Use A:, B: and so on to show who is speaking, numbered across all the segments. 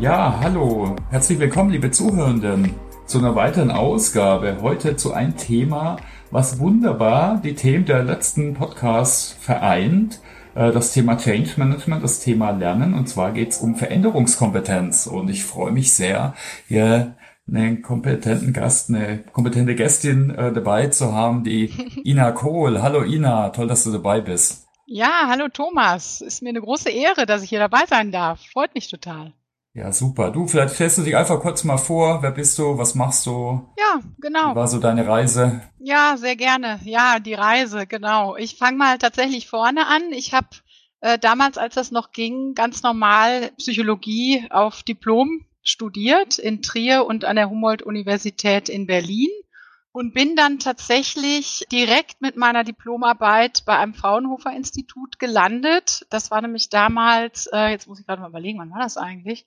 A: Ja, hallo, herzlich willkommen, liebe Zuhörenden, zu einer weiteren Ausgabe. Heute zu einem Thema, was wunderbar die Themen der letzten Podcasts vereint. Das Thema Change Management, das Thema Lernen, und zwar geht es um Veränderungskompetenz. Und ich freue mich sehr, hier einen kompetenten Gast, eine kompetente Gästin dabei zu haben, die Ina Kohl. Hallo Ina, toll, dass du dabei bist.
B: Ja, hallo Thomas. Ist mir eine große Ehre, dass ich hier dabei sein darf. Freut mich total.
A: Ja, super. Du, vielleicht stellst du dich einfach kurz mal vor. Wer bist du? Was machst du?
B: Ja,
A: Wie
B: genau.
A: war so deine Reise?
B: Ja, sehr gerne. Ja, die Reise, genau. Ich fange mal tatsächlich vorne an. Ich habe damals, als das noch ging, ganz normal Psychologie auf Diplom studiert in Trier und an der Humboldt-Universität in Berlin und bin dann tatsächlich direkt mit meiner Diplomarbeit bei einem Fraunhofer-Institut gelandet. Das war nämlich damals, jetzt muss ich gerade mal überlegen, wann war das eigentlich?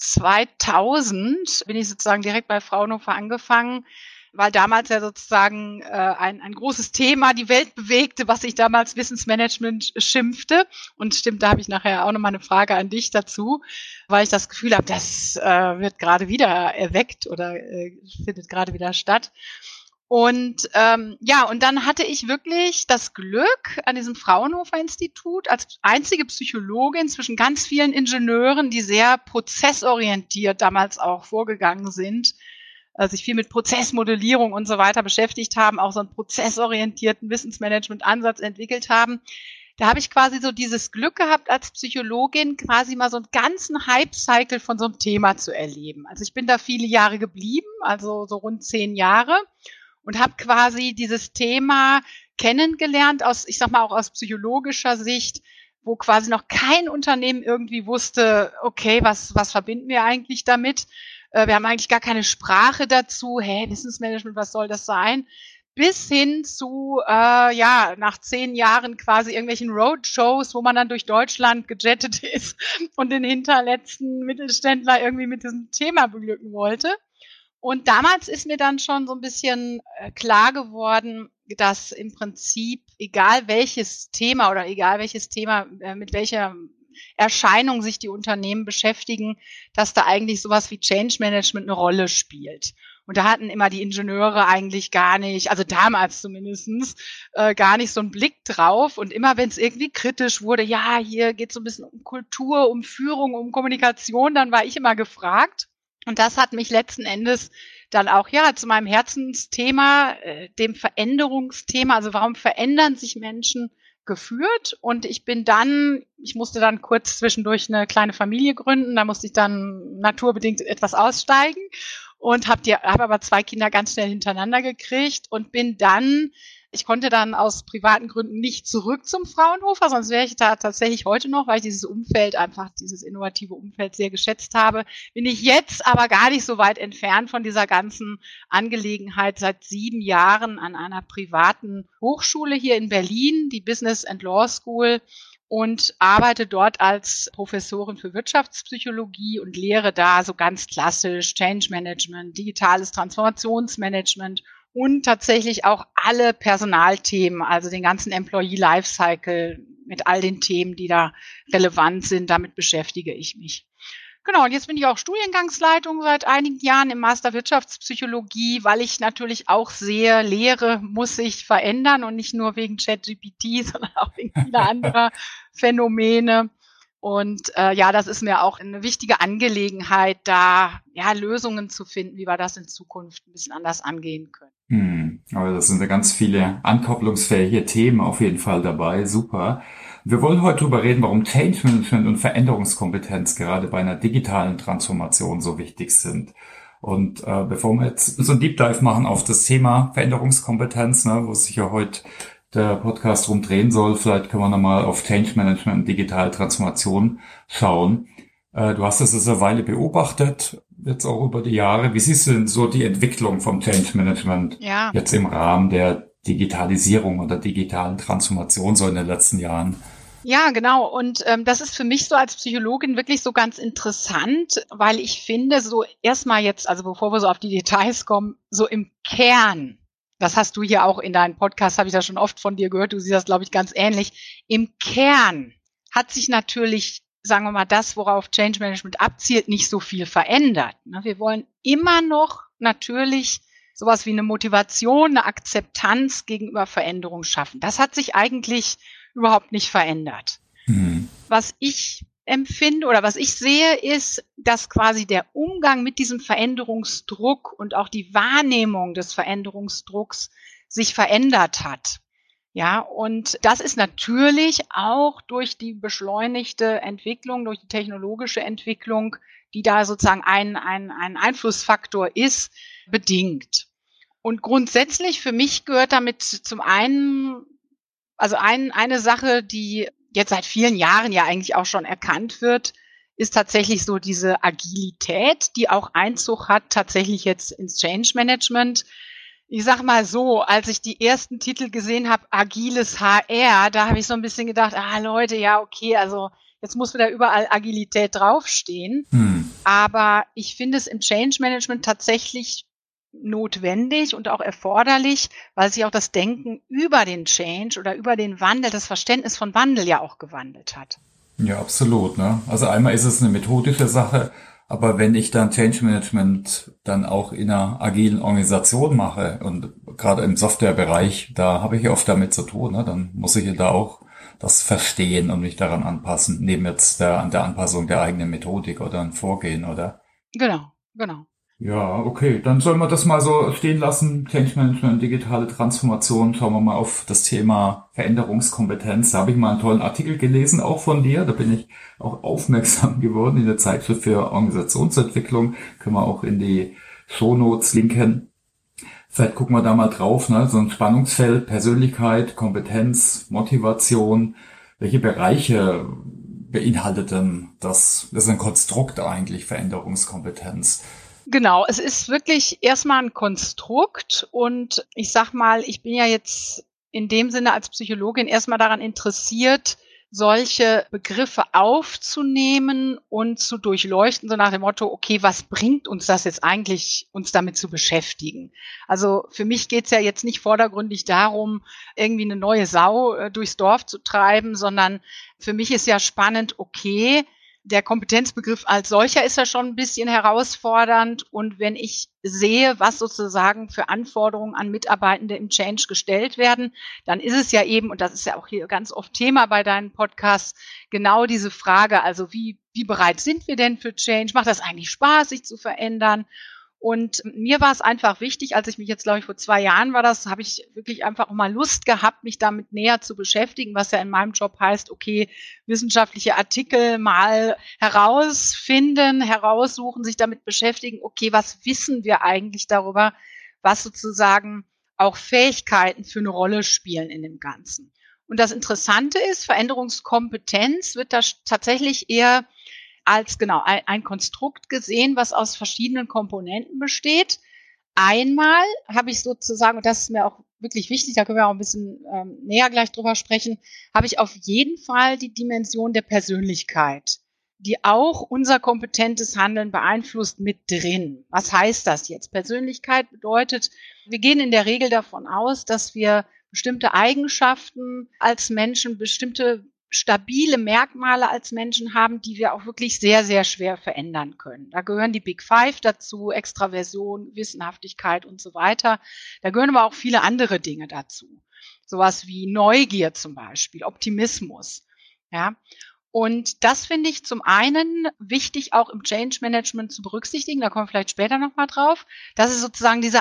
B: 2000 bin ich sozusagen direkt bei Fraunhofer angefangen, weil damals ja sozusagen ein großes Thema die Welt bewegte, was sich damals Wissensmanagement schimpfte. Und stimmt, da habe ich nachher auch nochmal eine Frage an dich dazu, weil ich das Gefühl habe, das wird gerade wieder erweckt oder findet gerade wieder statt. Und ja, und dann hatte ich wirklich das Glück, an diesem Fraunhofer-Institut als einzige Psychologin zwischen ganz vielen Ingenieuren, die sehr prozessorientiert damals auch vorgegangen sind, sich viel mit Prozessmodellierung und so weiter beschäftigt haben, auch so einen prozessorientierten Wissensmanagement-Ansatz entwickelt haben. Da habe ich quasi so dieses Glück gehabt, als Psychologin quasi mal so einen ganzen Hype-Cycle von so einem Thema zu erleben. Also ich bin da viele Jahre geblieben, also so rund 10 Jahre, und habe quasi dieses Thema kennengelernt aus, ich sag mal auch aus psychologischer Sicht, wo quasi noch kein Unternehmen irgendwie wusste, okay, was verbinden wir eigentlich damit? Wir haben eigentlich gar keine Sprache dazu. Wissensmanagement, was soll das sein? Bis hin zu, ja, nach 10 Jahren quasi irgendwelchen Roadshows, wo man dann durch Deutschland gejettet ist und den hinterletzten Mittelständler irgendwie mit diesem Thema beglücken wollte. Und damals ist mir dann schon so ein bisschen klar geworden, dass im Prinzip, egal welches Thema oder egal welches Thema, mit welcher Erscheinung sich die Unternehmen beschäftigen, dass da eigentlich sowas wie Change Management eine Rolle spielt. Und da hatten immer die Ingenieure eigentlich gar nicht, also damals zumindestens, gar nicht so einen Blick drauf. Und immer wenn es irgendwie kritisch wurde, ja, hier geht es so ein bisschen um Kultur, um Führung, um Kommunikation, dann war ich immer gefragt. Und das hat mich letzten Endes dann auch ja zu meinem Herzensthema, dem Veränderungsthema, also warum verändern sich Menschen, geführt. Und ich musste dann kurz zwischendurch eine kleine Familie gründen, da musste ich dann naturbedingt etwas aussteigen und habe aber 2 Kinder ganz schnell hintereinander gekriegt und ich konnte dann aus privaten Gründen nicht zurück zum Fraunhofer, sonst wäre ich da tatsächlich heute noch, weil ich dieses Umfeld, einfach dieses innovative Umfeld sehr geschätzt habe, bin ich jetzt aber gar nicht so weit entfernt von dieser ganzen Angelegenheit seit 7 Jahren an einer privaten Hochschule hier in Berlin, die Business and Law School, und arbeite dort als Professorin für Wirtschaftspsychologie und lehre da so ganz klassisch Change Management, digitales Transformationsmanagement und tatsächlich auch alle Personalthemen, also den ganzen Employee Lifecycle mit all den Themen, die da relevant sind. Damit beschäftige ich mich. Genau, und jetzt bin ich auch Studiengangsleitung seit einigen Jahren im Master Wirtschaftspsychologie, weil ich natürlich auch sehe, Lehre muss sich verändern und nicht nur wegen ChatGPT, sondern auch wegen vieler anderer Phänomene. Und ja, das ist mir auch eine wichtige Angelegenheit, da ja Lösungen zu finden, wie wir das in Zukunft ein bisschen anders angehen können.
A: Aber das sind ja ganz viele ankopplungsfähige Themen auf jeden Fall dabei. Super. Wir wollen heute darüber reden, warum Change Management und Veränderungskompetenz gerade bei einer digitalen Transformation so wichtig sind. Und bevor wir jetzt so ein Deep Dive machen auf das Thema Veränderungskompetenz, wo sich ja heute der Podcast rumdrehen soll, vielleicht können wir nochmal auf Change Management und digitale Transformation schauen. Du hast das jetzt eine Weile beobachtet, jetzt auch über die Jahre. Wie siehst du denn so die Entwicklung vom Change Management jetzt im Rahmen der Digitalisierung oder digitalen Transformation so in den letzten Jahren?
B: Ja, genau. Und das ist für mich so als Psychologin wirklich so ganz interessant, weil ich finde, so erstmal jetzt, also bevor wir so auf die Details kommen, so im Kern, das hast du hier auch in deinem Podcast, habe ich ja schon oft von dir gehört, du siehst das, glaube ich, ganz ähnlich. Im Kern hat sich natürlich sagen wir mal, das, worauf Change Management abzielt, nicht so viel verändert. Wir wollen immer noch natürlich sowas wie eine Motivation, eine Akzeptanz gegenüber Veränderung schaffen. Das hat sich eigentlich überhaupt nicht verändert. Was ich empfinde oder was ich sehe, ist, dass quasi der Umgang mit diesem Veränderungsdruck und auch die Wahrnehmung des Veränderungsdrucks sich verändert hat. Ja, und das ist natürlich auch durch die beschleunigte Entwicklung, durch die technologische Entwicklung, die da sozusagen ein Einflussfaktor ist, bedingt. Und grundsätzlich für mich gehört damit zum einen, also eine Sache, die jetzt seit vielen Jahren ja eigentlich auch schon erkannt wird, ist tatsächlich so diese Agilität, die auch Einzug hat tatsächlich jetzt ins Change Management. Ich sag mal so, als ich die ersten Titel gesehen habe, agiles HR, da habe ich so ein bisschen gedacht, Leute, ja okay, also jetzt muss wieder überall Agilität draufstehen. Aber ich finde es im Change Management tatsächlich notwendig und auch erforderlich, weil sich auch das Denken über den Change oder über den Wandel, das Verständnis von Wandel ja auch gewandelt hat.
A: Ja, absolut, ne? Also einmal ist es eine methodische Sache, aber wenn ich dann Change Management dann auch in einer agilen Organisation mache und gerade im Softwarebereich, da habe ich oft damit zu tun, ne? Dann muss ich da auch das verstehen und mich daran anpassen, neben jetzt an der Anpassung der eigenen Methodik oder ein Vorgehen, oder?
B: Genau.
A: Ja, okay, dann sollen wir das mal so stehen lassen. Change Management, digitale Transformation. Schauen wir mal auf das Thema Veränderungskompetenz. Da habe ich mal einen tollen Artikel gelesen, auch von dir. Da bin ich auch aufmerksam geworden in der Zeitschrift für Organisationsentwicklung. Können wir auch in die Shownotes linken. Vielleicht gucken wir da mal drauf, ne? So ein Spannungsfeld, Persönlichkeit, Kompetenz, Motivation. Welche Bereiche beinhaltet denn das? Das ist ein Konstrukt eigentlich, Veränderungskompetenz.
B: Genau, es ist wirklich erstmal ein Konstrukt und ich sag mal, ich bin ja jetzt in dem Sinne als Psychologin erstmal daran interessiert, solche Begriffe aufzunehmen und zu durchleuchten, so nach dem Motto, okay, was bringt uns das jetzt eigentlich, uns damit zu beschäftigen? Also für mich geht's ja jetzt nicht vordergründig darum, irgendwie eine neue Sau durchs Dorf zu treiben, sondern für mich ist ja spannend, okay, der Kompetenzbegriff als solcher ist ja schon ein bisschen herausfordernd. Und wenn ich sehe, was sozusagen für Anforderungen an Mitarbeitende im Change gestellt werden, dann ist es ja eben, und das ist ja auch hier ganz oft Thema bei deinen Podcasts, genau diese Frage, also wie bereit sind wir denn für Change? Macht das eigentlich Spaß, sich zu verändern? Und mir war es einfach wichtig, als ich mich jetzt, glaube ich, vor 2 Jahren war das, habe ich wirklich einfach auch mal Lust gehabt, mich damit näher zu beschäftigen, was ja in meinem Job heißt, okay, wissenschaftliche Artikel mal herausfinden, heraussuchen, sich damit beschäftigen, okay, was wissen wir eigentlich darüber, was sozusagen auch Fähigkeiten für eine Rolle spielen in dem Ganzen. Und das Interessante ist, Veränderungskompetenz wird da tatsächlich eher als genau ein Konstrukt gesehen, was aus verschiedenen Komponenten besteht. Einmal habe ich sozusagen, und das ist mir auch wirklich wichtig, da können wir auch ein bisschen näher gleich drüber sprechen, habe ich auf jeden Fall die Dimension der Persönlichkeit, die auch unser kompetentes Handeln beeinflusst, mit drin. Was heißt das jetzt? Persönlichkeit bedeutet, wir gehen in der Regel davon aus, dass wir bestimmte Eigenschaften als Menschen, bestimmte stabile Merkmale als Menschen haben, die wir auch wirklich sehr, sehr schwer verändern können. Da gehören die Big Five dazu, Extraversion, Wissenhaftigkeit und so weiter. Da gehören aber auch viele andere Dinge dazu. Sowas wie Neugier zum Beispiel, Optimismus. Ja. Und das finde ich zum einen wichtig, auch im Change Management zu berücksichtigen. Da kommen wir vielleicht später nochmal drauf. Das ist sozusagen diese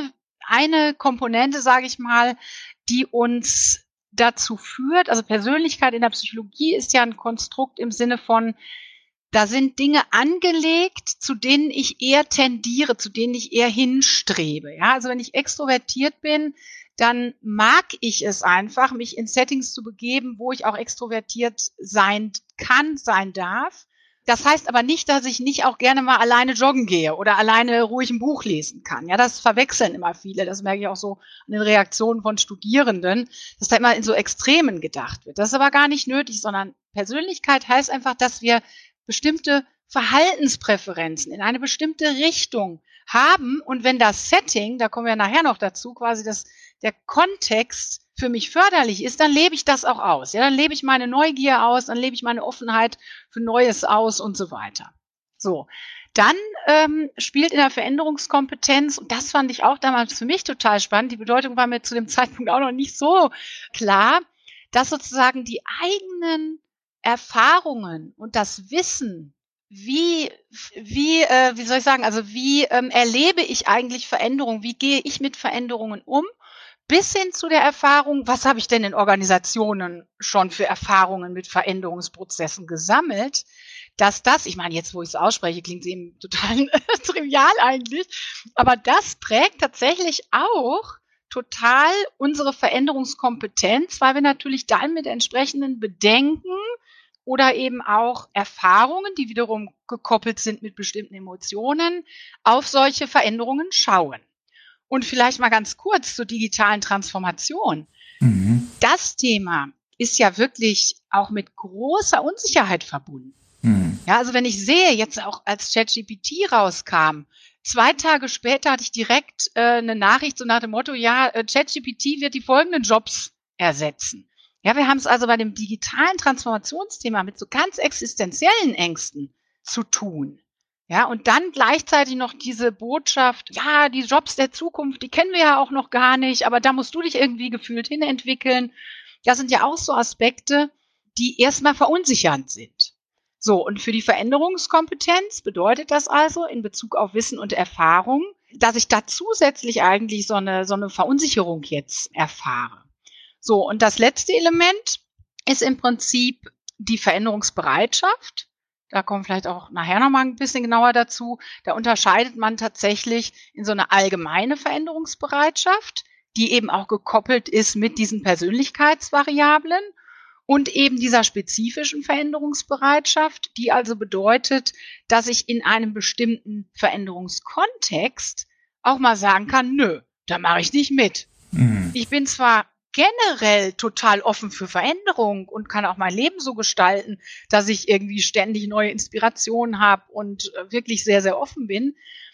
B: eine Komponente, sage ich mal, die uns dazu führt, also Persönlichkeit in der Psychologie ist ja ein Konstrukt im Sinne von, da sind Dinge angelegt, zu denen ich eher tendiere, zu denen ich eher hinstrebe. Ja, also wenn ich extrovertiert bin, dann mag ich es einfach, mich in Settings zu begeben, wo ich auch extrovertiert sein kann, sein darf. Das heißt aber nicht, dass ich nicht auch gerne mal alleine joggen gehe oder alleine ruhig ein Buch lesen kann. Ja, das verwechseln immer viele. Das merke ich auch so an den Reaktionen von Studierenden, dass da immer in so Extremen gedacht wird. Das ist aber gar nicht nötig, sondern Persönlichkeit heißt einfach, dass wir bestimmte Verhaltenspräferenzen in eine bestimmte Richtung haben. Und wenn das Setting, da kommen wir nachher noch dazu, quasi der Kontext für mich förderlich ist, dann lebe ich das auch aus. Ja, dann lebe ich meine Neugier aus, dann lebe ich meine Offenheit für Neues aus und so weiter. So, dann spielt in der Veränderungskompetenz, und das fand ich auch damals für mich total spannend, die Bedeutung war mir zu dem Zeitpunkt auch noch nicht so klar, dass sozusagen die eigenen Erfahrungen und das Wissen, wie soll ich sagen, also wie erlebe ich eigentlich Veränderungen, wie gehe ich mit Veränderungen um, bis hin zu der Erfahrung, was habe ich denn in Organisationen schon für Erfahrungen mit Veränderungsprozessen gesammelt, dass das, ich meine, jetzt wo ich es ausspreche, klingt es eben total trivial eigentlich, aber das prägt tatsächlich auch total unsere Veränderungskompetenz, weil wir natürlich dann mit entsprechenden Bedenken oder eben auch Erfahrungen, die wiederum gekoppelt sind mit bestimmten Emotionen, auf solche Veränderungen schauen. Und vielleicht mal ganz kurz zur digitalen Transformation. Mhm. Das Thema ist ja wirklich auch mit großer Unsicherheit verbunden. Mhm. Ja, also wenn ich sehe, jetzt auch als ChatGPT rauskam, 2 Tage später hatte ich direkt eine Nachricht so nach dem Motto, ja, ChatGPT wird die folgenden Jobs ersetzen. Ja, wir haben es also bei dem digitalen Transformationsthema mit so ganz existenziellen Ängsten zu tun. Ja, und dann gleichzeitig noch diese Botschaft, ja, die Jobs der Zukunft, die kennen wir ja auch noch gar nicht, aber da musst du dich irgendwie gefühlt hinentwickeln. Das sind ja auch so Aspekte, die erstmal verunsichernd sind. So, und für die Veränderungskompetenz bedeutet das also in Bezug auf Wissen und Erfahrung, dass ich da zusätzlich eigentlich so eine Verunsicherung jetzt erfahre. So, und das letzte Element ist im Prinzip die Veränderungsbereitschaft. Da kommen vielleicht auch nachher nochmal ein bisschen genauer dazu. Da unterscheidet man tatsächlich in so eine allgemeine Veränderungsbereitschaft, die eben auch gekoppelt ist mit diesen Persönlichkeitsvariablen und eben dieser spezifischen Veränderungsbereitschaft, die also bedeutet, dass ich in einem bestimmten Veränderungskontext auch mal sagen kann, nö, da mache ich nicht mit. Mhm. Ich bin zwar generell total offen für Veränderung und kann auch mein Leben so gestalten, dass ich irgendwie ständig neue Inspirationen habe und wirklich sehr, sehr offen bin.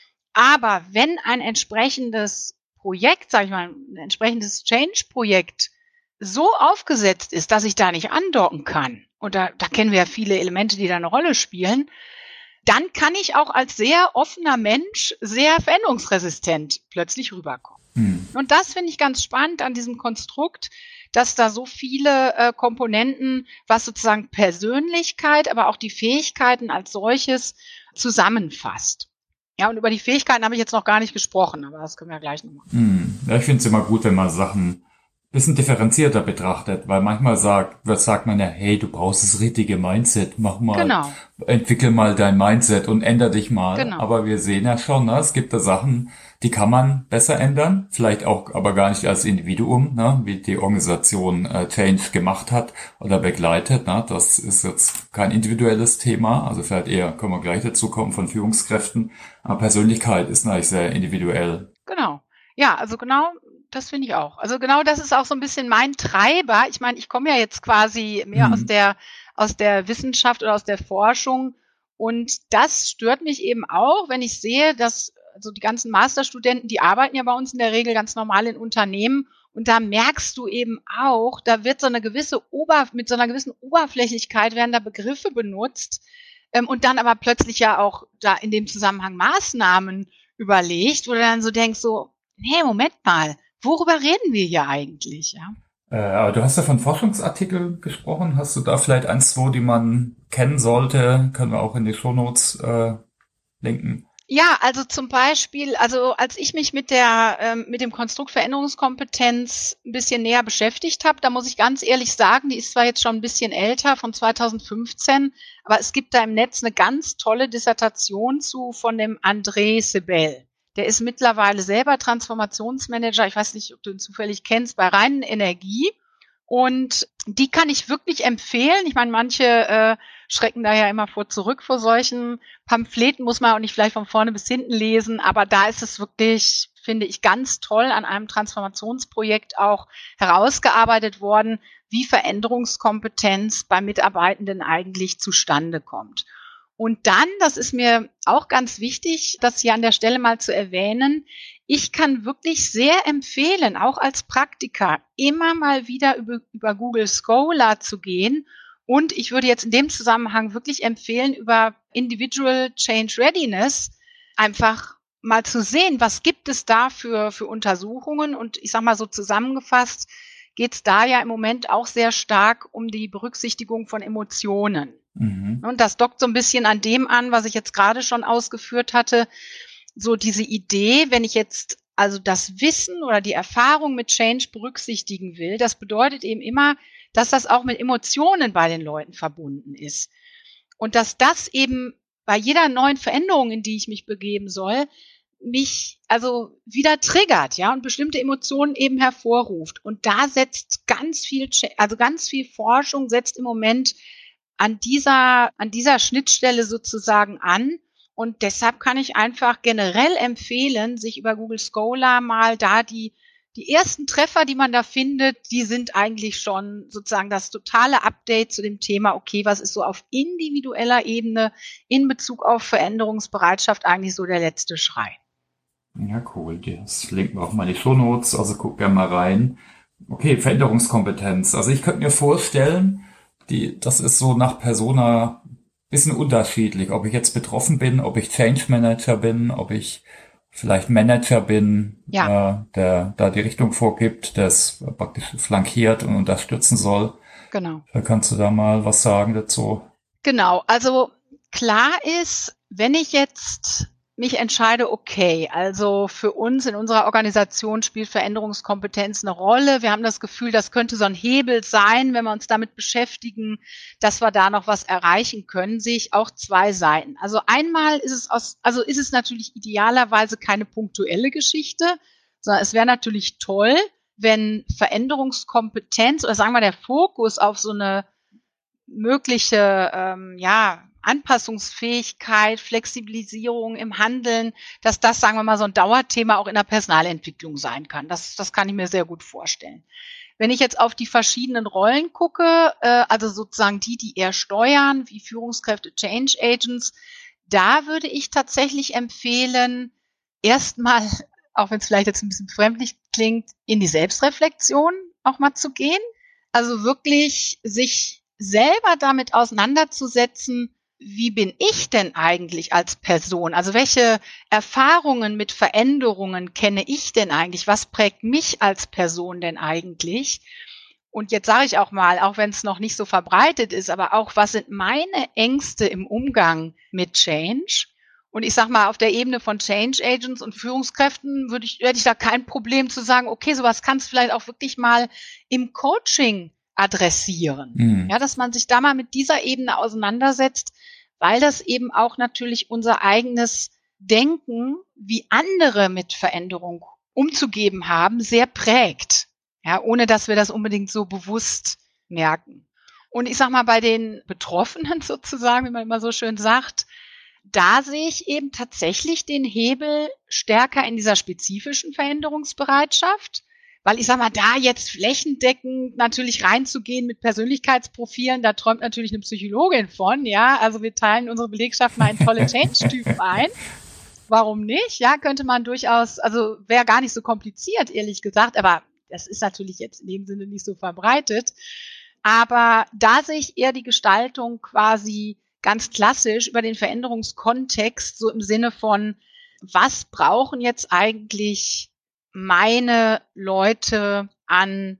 B: Aber wenn ein entsprechendes Projekt, sage ich mal, ein entsprechendes Change-Projekt so aufgesetzt ist, dass ich da nicht andocken kann, und da kennen wir ja viele Elemente, die da eine Rolle spielen, dann kann ich auch als sehr offener Mensch sehr veränderungsresistent plötzlich rüberkommen. Und das finde ich ganz spannend an diesem Konstrukt, dass da so viele Komponenten, was sozusagen Persönlichkeit, aber auch die Fähigkeiten als solches zusammenfasst. Ja, und über die Fähigkeiten habe ich jetzt noch gar nicht gesprochen, aber das können wir gleich noch machen.
A: Ja, ich finde es immer gut, wenn man Sachen bisschen differenzierter betrachtet, weil manchmal sagt man ja, hey, du brauchst das richtige Mindset, mach mal, genau. Entwickel mal dein Mindset und änder dich mal. Genau. Aber wir sehen ja schon, ne, es gibt da Sachen, die kann man besser ändern, vielleicht auch aber gar nicht als Individuum, ne, wie die Organisation Change gemacht hat oder begleitet. Ne, das ist jetzt kein individuelles Thema, also vielleicht eher, können wir gleich dazu kommen, von Führungskräften. Aber Persönlichkeit ist eigentlich sehr individuell.
B: Genau. Ja, also genau. Das finde ich auch. Also genau das ist auch so ein bisschen mein Treiber. Ich meine, ich komme ja jetzt quasi mehr aus der Wissenschaft oder aus der Forschung. Und das stört mich eben auch, wenn ich sehe, dass also die ganzen Masterstudenten, die arbeiten ja bei uns in der Regel ganz normal in Unternehmen. Und da merkst du eben auch, da wird mit so einer gewissen Oberflächlichkeit werden da Begriffe benutzt. Und dann aber plötzlich ja auch da in dem Zusammenhang Maßnahmen überlegt, wo du dann so denkst, so, nee, Moment mal. Worüber reden wir hier eigentlich? Ja?
A: Aber du hast ja von Forschungsartikeln gesprochen. Hast du da vielleicht 1, 2, die man kennen sollte? Können wir auch in die Shownotes linken.
B: Ja, also zum Beispiel, also als ich mich mit dem Konstrukt Veränderungskompetenz ein bisschen näher beschäftigt habe, da muss ich ganz ehrlich sagen, die ist zwar jetzt schon ein bisschen älter, von 2015, aber es gibt da im Netz eine ganz tolle Dissertation von dem André Sebel. Der ist mittlerweile selber Transformationsmanager. Ich weiß nicht, ob du ihn zufällig kennst, bei Reinen Energie. Und die kann ich wirklich empfehlen. Ich meine, manche schrecken da ja immer zurück vor solchen Pamphleten, muss man auch nicht vielleicht von vorne bis hinten lesen. Aber da ist es wirklich, finde ich, ganz toll an einem Transformationsprojekt auch herausgearbeitet worden, wie Veränderungskompetenz bei Mitarbeitenden eigentlich zustande kommt. Und dann, das ist mir auch ganz wichtig, das hier an der Stelle mal zu erwähnen, ich kann wirklich sehr empfehlen, auch als Praktiker, immer mal wieder über Google Scholar zu gehen. Und ich würde jetzt in dem Zusammenhang wirklich empfehlen, über Individual Change Readiness einfach mal zu sehen, was gibt es da für Untersuchungen. Und ich sage mal so zusammengefasst, geht es da ja im Moment auch sehr stark um die Berücksichtigung von Emotionen. Und das dockt so ein bisschen an dem an, was ich jetzt gerade schon ausgeführt hatte. So diese Idee, wenn ich jetzt also das Wissen oder die Erfahrung mit Change berücksichtigen will, das bedeutet eben immer, dass das auch mit Emotionen bei den Leuten verbunden ist. Und dass das eben bei jeder neuen Veränderung, in die ich mich begeben soll, mich also wieder triggert, ja, und bestimmte Emotionen eben hervorruft. Und da setzt ganz viel Forschung setzt im Moment an dieser Schnittstelle sozusagen an. Und deshalb kann ich einfach generell empfehlen, sich über Google Scholar mal da die ersten Treffer, die man da findet, die sind eigentlich schon sozusagen das totale Update zu dem Thema, okay, was ist so auf individueller Ebene in Bezug auf Veränderungsbereitschaft eigentlich so der letzte Schrei.
A: Ja, cool. Das linken wir auch mal in die Shownotes, also guck gerne mal rein. Okay, Veränderungskompetenz. Also ich könnte mir vorstellen, das ist so nach Persona bisschen unterschiedlich, ob ich jetzt betroffen bin, ob ich Change Manager bin, ob ich vielleicht Manager bin, der da die Richtung vorgibt, der es praktisch flankiert und unterstützen soll.
B: Genau.
A: Kannst du da mal was sagen dazu?
B: Genau, also klar ist, wenn ich jetzt mich entscheide, okay, also für uns in unserer Organisation spielt Veränderungskompetenz eine Rolle. Wir haben das Gefühl, das könnte so ein Hebel sein, wenn wir uns damit beschäftigen, dass wir da noch was erreichen können, sehe ich auch zwei Seiten. Also einmal ist es natürlich idealerweise keine punktuelle Geschichte, sondern es wäre natürlich toll, wenn Veränderungskompetenz oder sagen wir der Fokus auf so eine mögliche Anpassungsfähigkeit, Flexibilisierung im Handeln, dass das, sagen wir mal, so ein Dauerthema auch in der Personalentwicklung sein kann. Das kann ich mir sehr gut vorstellen. Wenn ich jetzt auf die verschiedenen Rollen gucke, also sozusagen die eher steuern, wie Führungskräfte, Change Agents, da würde ich tatsächlich empfehlen, erstmal, auch wenn es vielleicht jetzt ein bisschen befremdlich klingt, in die Selbstreflexion auch mal zu gehen. Also wirklich sich selber damit auseinanderzusetzen, wie bin ich denn eigentlich als Person? Also welche Erfahrungen mit Veränderungen kenne ich denn eigentlich? Was prägt mich als Person denn eigentlich? Und jetzt sage ich auch mal, auch wenn es noch nicht so verbreitet ist, aber auch, was sind meine Ängste im Umgang mit Change? Und ich sage mal, auf der Ebene von Change Agents und Führungskräften hätte ich da kein Problem zu sagen, okay, sowas kannst du vielleicht auch wirklich mal im Coaching adressieren. Ja, dass man sich da mal mit dieser Ebene auseinandersetzt, weil das eben auch natürlich unser eigenes Denken, wie andere mit Veränderung umzugehen haben, sehr prägt. Ja, ohne dass wir das unbedingt so bewusst merken. Und ich sag mal, bei den Betroffenen sozusagen, wie man immer so schön sagt, da sehe ich eben tatsächlich den Hebel stärker in dieser spezifischen Veränderungsbereitschaft. Weil ich sag mal, da jetzt flächendeckend natürlich reinzugehen mit Persönlichkeitsprofilen, da träumt natürlich eine Psychologin von, ja. Also wir teilen unsere Belegschaft mal in tolle Change-Typen ein. Warum nicht? Ja, könnte man durchaus, also wäre gar nicht so kompliziert, ehrlich gesagt, aber das ist natürlich jetzt in dem Sinne nicht so verbreitet. Aber da sehe ich eher die Gestaltung quasi ganz klassisch über den Veränderungskontext, so im Sinne von, was brauchen jetzt eigentlich meine Leute an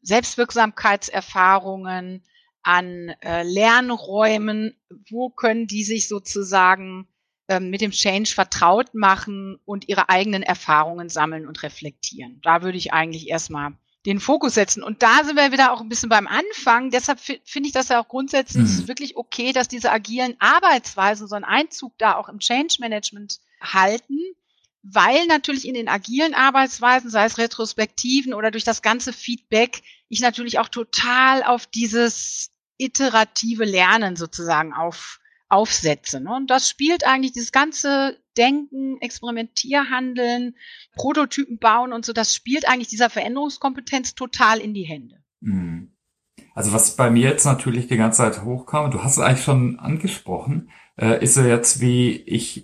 B: Selbstwirksamkeitserfahrungen, an Lernräumen, wo können die sich sozusagen mit dem Change vertraut machen und ihre eigenen Erfahrungen sammeln und reflektieren. Da würde ich eigentlich erstmal den Fokus setzen. Und da sind wir wieder auch ein bisschen beim Anfang. Deshalb finde ich das ja auch grundsätzlich wirklich okay, dass diese agilen Arbeitsweisen so einen Einzug da auch im Change Management halten, weil natürlich in den agilen Arbeitsweisen, sei es Retrospektiven oder durch das ganze Feedback, ich natürlich auch total auf dieses iterative Lernen sozusagen aufsetze. Ne? Und das spielt eigentlich dieses ganze Denken, Experimentierhandeln, Prototypen bauen und so, das spielt eigentlich dieser Veränderungskompetenz total in die Hände.
A: Also was bei mir jetzt natürlich die ganze Zeit hochkam, du hast es eigentlich schon angesprochen, ist so jetzt, wie ich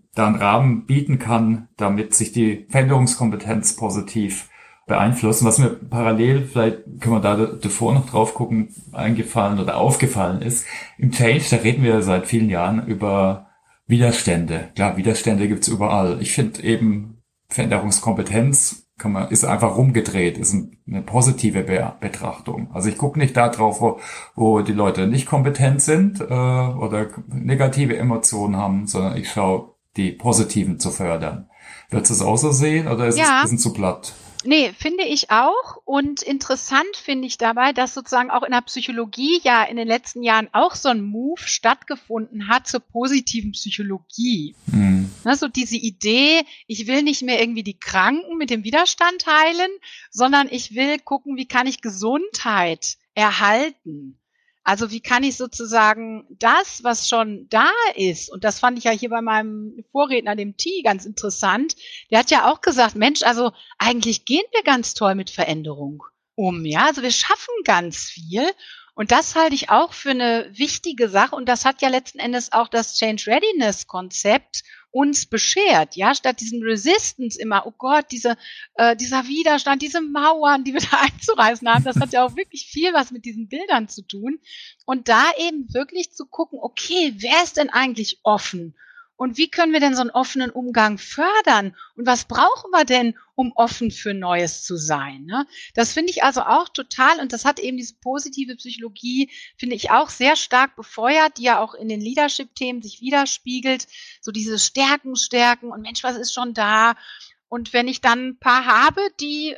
A: da einen Rahmen bieten kann, damit sich die Veränderungskompetenz positiv beeinflussen. Was mir parallel, vielleicht können wir da davor noch drauf gucken, eingefallen oder aufgefallen ist, im Change, da reden wir seit vielen Jahren über Widerstände. Klar, Widerstände gibt's überall. Ich finde eben Veränderungskompetenz ist einfach rumgedreht, ist eine positive Betrachtung. Also ich gucke nicht da drauf, wo die Leute nicht kompetent sind oder negative Emotionen haben, sondern ich schaue, die positiven zu fördern. Würdest du es auch so sehen oder ist es ein bisschen zu platt?
B: Nee, finde ich auch. Und interessant finde ich dabei, dass sozusagen auch in der Psychologie ja in den letzten Jahren auch so ein Move stattgefunden hat zur positiven Psychologie. Ne, so diese Idee, ich will nicht mehr irgendwie die Kranken mit dem Widerstand heilen, sondern ich will gucken, wie kann ich Gesundheit erhalten. Also wie kann ich sozusagen das, was schon da ist, und das fand ich ja hier bei meinem Vorredner, dem T, ganz interessant, der hat ja auch gesagt, Mensch, also eigentlich gehen wir ganz toll mit Veränderung um, ja, also wir schaffen ganz viel und das halte ich auch für eine wichtige Sache und das hat ja letzten Endes auch das Change Readiness Konzept uns beschert, ja, statt diesem Resistance immer, oh Gott, dieser Widerstand, diese Mauern, die wir da einzureißen haben, das hat ja auch wirklich viel was mit diesen Bildern zu tun. Und da eben wirklich zu gucken, okay, wer ist denn eigentlich offen? Und wie können wir denn so einen offenen Umgang fördern? Und was brauchen wir denn, um offen für Neues zu sein? Ne? Das finde ich also auch total, und das hat eben diese positive Psychologie, finde ich auch sehr stark befeuert, die ja auch in den Leadership-Themen sich widerspiegelt. So diese Stärken und Mensch, was ist schon da? Und wenn ich dann ein paar habe, die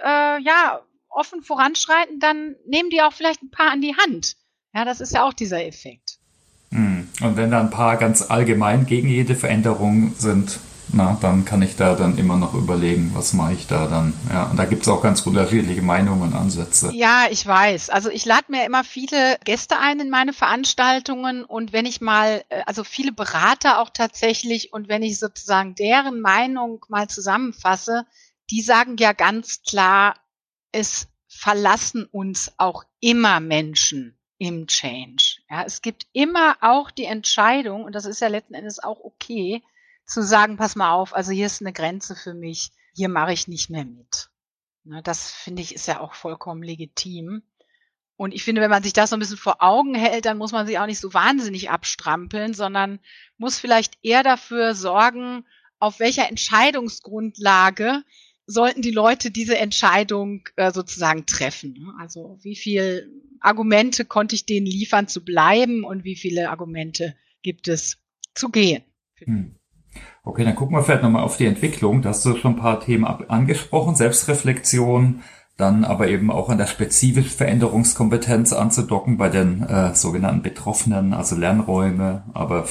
B: offen voranschreiten, dann nehmen die auch vielleicht ein paar an die Hand. Ja, das ist ja auch dieser Effekt.
A: Und wenn da ein paar ganz allgemein gegen jede Veränderung sind, dann kann ich da dann immer noch überlegen, was mache ich da dann. Ja, und da gibt's auch ganz unterschiedliche Meinungen und Ansätze.
B: Ja, ich weiß. Also ich lade mir immer viele Gäste ein in meine Veranstaltungen und wenn ich mal, also viele Berater auch tatsächlich und wenn ich sozusagen deren Meinung mal zusammenfasse, die sagen ja ganz klar, es verlassen uns auch immer Menschen im Change. Ja, es gibt immer auch die Entscheidung, und das ist ja letzten Endes auch okay, zu sagen, pass mal auf, also hier ist eine Grenze für mich, hier mache ich nicht mehr mit. Ne, das finde ich ist ja auch vollkommen legitim. Und ich finde, wenn man sich das so ein bisschen vor Augen hält, dann muss man sich auch nicht so wahnsinnig abstrampeln, sondern muss vielleicht eher dafür sorgen, auf welcher Entscheidungsgrundlage sollten die Leute diese Entscheidung sozusagen treffen. Also wie viel Argumente konnte ich denen liefern zu bleiben und wie viele Argumente gibt es zu gehen.
A: Okay, dann gucken wir vielleicht nochmal auf die Entwicklung. Da hast du schon ein paar Themen angesprochen, Selbstreflexion, dann aber eben auch an der spezifischen Veränderungskompetenz anzudocken bei den sogenannten Betroffenen, also Lernräume, aber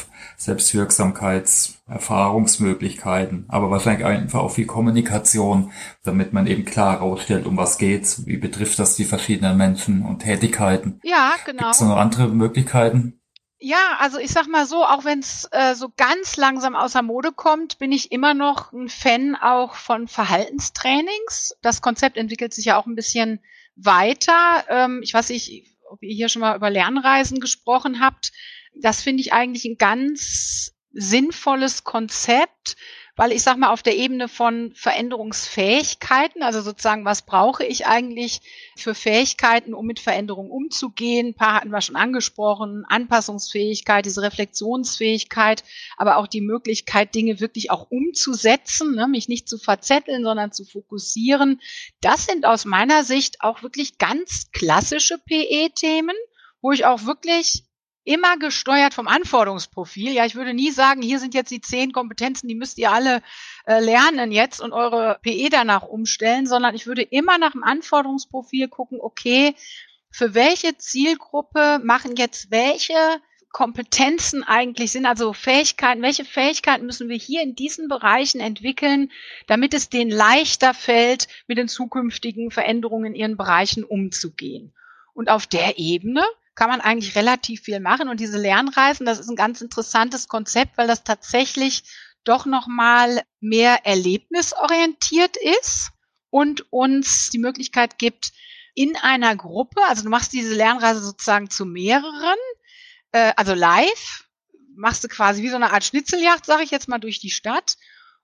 A: Selbstwirksamkeitserfahrungsmöglichkeiten, aber wahrscheinlich einfach auch viel Kommunikation, damit man eben klar herausstellt, um was geht's, wie betrifft das die verschiedenen Menschen und Tätigkeiten.
B: Ja, genau.
A: Gibt es noch andere Möglichkeiten?
B: Ja, also ich sag mal so, auch wenn es so ganz langsam außer Mode kommt, bin ich immer noch ein Fan auch von Verhaltenstrainings. Das Konzept entwickelt sich ja auch ein bisschen weiter. Ich weiß nicht, ob ihr hier schon mal über Lernreisen gesprochen habt. Das finde ich eigentlich ein ganz sinnvolles Konzept, weil ich sag mal auf der Ebene von Veränderungsfähigkeiten, also sozusagen, was brauche ich eigentlich für Fähigkeiten, um mit Veränderungen umzugehen? Ein paar hatten wir schon angesprochen, Anpassungsfähigkeit, diese Reflexionsfähigkeit, aber auch die Möglichkeit, Dinge wirklich auch umzusetzen, ne? Mich nicht zu verzetteln, sondern zu fokussieren. Das sind aus meiner Sicht auch wirklich ganz klassische PE-Themen, wo ich auch wirklich immer gesteuert vom Anforderungsprofil. Ja, ich würde nie sagen, hier sind jetzt die 10 Kompetenzen, die müsst ihr alle lernen jetzt und eure PE danach umstellen, sondern ich würde immer nach dem Anforderungsprofil gucken, okay, für welche Zielgruppe machen jetzt welche Kompetenzen eigentlich Sinn, also Fähigkeiten, welche Fähigkeiten müssen wir hier in diesen Bereichen entwickeln, damit es denen leichter fällt, mit den zukünftigen Veränderungen in ihren Bereichen umzugehen. Und auf der Ebene kann man eigentlich relativ viel machen. Und diese Lernreisen, das ist ein ganz interessantes Konzept, weil das tatsächlich doch nochmal mehr erlebnisorientiert ist und uns die Möglichkeit gibt, in einer Gruppe, also du machst diese Lernreise sozusagen zu mehreren, also live, machst du quasi wie so eine Art Schnitzeljagd, sage ich jetzt mal, durch die Stadt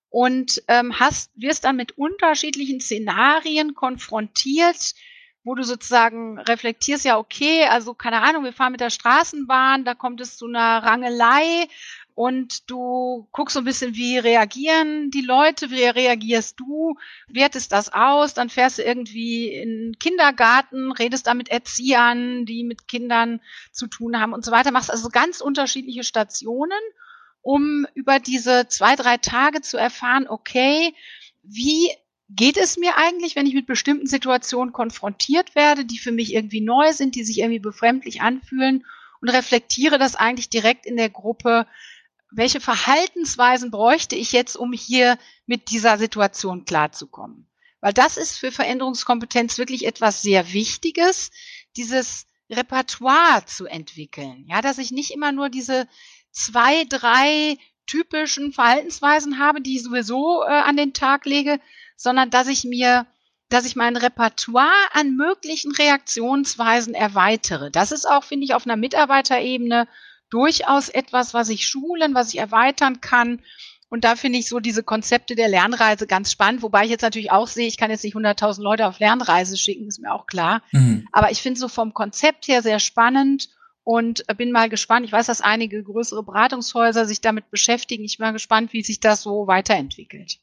B: und wirst dann mit unterschiedlichen Szenarien konfrontiert, wo du sozusagen reflektierst, ja okay, also keine Ahnung, wir fahren mit der Straßenbahn, da kommt es zu einer Rangelei und du guckst so ein bisschen, wie reagieren die Leute, wie reagierst du, wertest das aus, dann fährst du irgendwie in den Kindergarten, redest da mit Erziehern, die mit Kindern zu tun haben und so weiter, machst also ganz unterschiedliche Stationen, um über diese 2-3 Tage zu erfahren, okay, wie geht es mir eigentlich, wenn ich mit bestimmten Situationen konfrontiert werde, die für mich irgendwie neu sind, die sich irgendwie befremdlich anfühlen und reflektiere das eigentlich direkt in der Gruppe, welche Verhaltensweisen bräuchte ich jetzt, um hier mit dieser Situation klarzukommen? Weil das ist für Veränderungskompetenz wirklich etwas sehr Wichtiges, dieses Repertoire zu entwickeln. Ja, dass ich nicht immer nur diese 2, 3 typischen Verhaltensweisen habe, die ich sowieso an den Tag lege, sondern dass ich mein Repertoire an möglichen Reaktionsweisen erweitere. Das ist auch, finde ich, auf einer Mitarbeiterebene durchaus etwas, was ich schulen, was ich erweitern kann. Und da finde ich so diese Konzepte der Lernreise ganz spannend, wobei ich jetzt natürlich auch sehe, ich kann jetzt nicht 100.000 Leute auf Lernreise schicken, ist mir auch klar. Aber ich finde so vom Konzept her sehr spannend und bin mal gespannt. Ich weiß, dass einige größere Beratungshäuser sich damit beschäftigen. Ich bin mal gespannt, wie sich das so weiterentwickelt.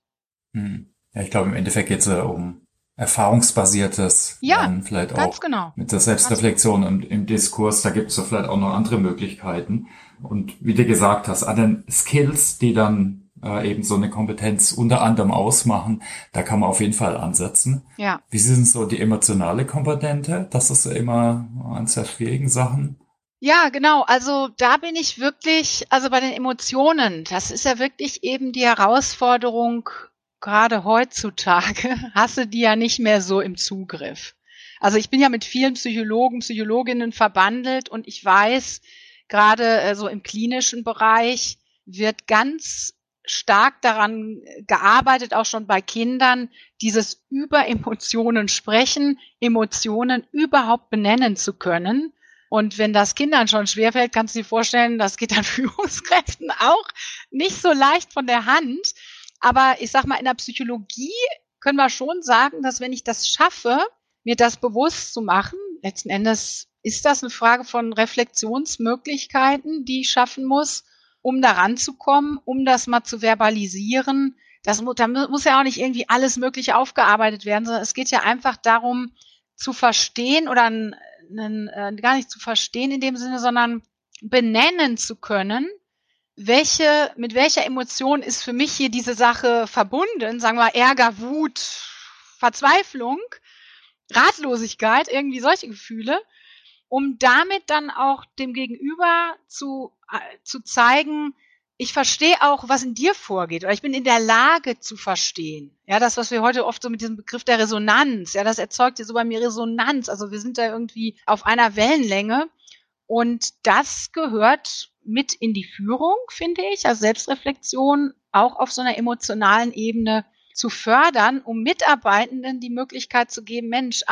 A: Ja, ich glaube, im Endeffekt geht es ja um erfahrungsbasiertes Lernen, vielleicht auch
B: genau.
A: mit der Selbstreflexion und im Diskurs. Da gibt es ja vielleicht auch noch andere Möglichkeiten. Und wie du gesagt hast, an den Skills, die dann eben so eine Kompetenz unter anderem ausmachen, da kann man auf jeden Fall ansetzen.
B: Ja.
A: Wie sind so die emotionale Komponente? Das ist ja immer eines der schwierigen Sachen.
B: Ja, genau. Also da bin ich wirklich, also bei den Emotionen, das ist ja wirklich eben die Herausforderung, gerade heutzutage hast du die ja nicht mehr so im Zugriff. Also ich bin ja mit vielen Psychologen, Psychologinnen verbandelt und ich weiß, gerade so im klinischen Bereich wird ganz stark daran gearbeitet, auch schon bei Kindern, dieses über Emotionen sprechen, Emotionen überhaupt benennen zu können. Und wenn das Kindern schon schwerfällt, kannst du dir vorstellen, das geht dann Führungskräften auch nicht so leicht von der Hand. Aber ich sag mal, in der Psychologie können wir schon sagen, dass wenn ich das schaffe, mir das bewusst zu machen, letzten Endes ist das eine Frage von Reflexionsmöglichkeiten, die ich schaffen muss, um da ranzukommen, um das mal zu verbalisieren. Da muss ja auch nicht irgendwie alles Mögliche aufgearbeitet werden, sondern es geht ja einfach darum, zu verstehen oder gar nicht zu verstehen in dem Sinne, sondern benennen zu können, mit welcher Emotion ist für mich hier diese Sache verbunden? Sagen wir Ärger, Wut, Verzweiflung, Ratlosigkeit, irgendwie solche Gefühle, um damit dann auch dem Gegenüber zu zeigen, ich verstehe auch, was in dir vorgeht, oder ich bin in der Lage zu verstehen. Ja, das, was wir heute oft so mit diesem Begriff der Resonanz, ja, das erzeugt ja so bei mir Resonanz. Also wir sind da irgendwie auf einer Wellenlänge. Und das gehört mit in die Führung, finde ich, also Selbstreflexion auch auf so einer emotionalen Ebene zu fördern, um Mitarbeitenden die Möglichkeit zu geben, Mensch,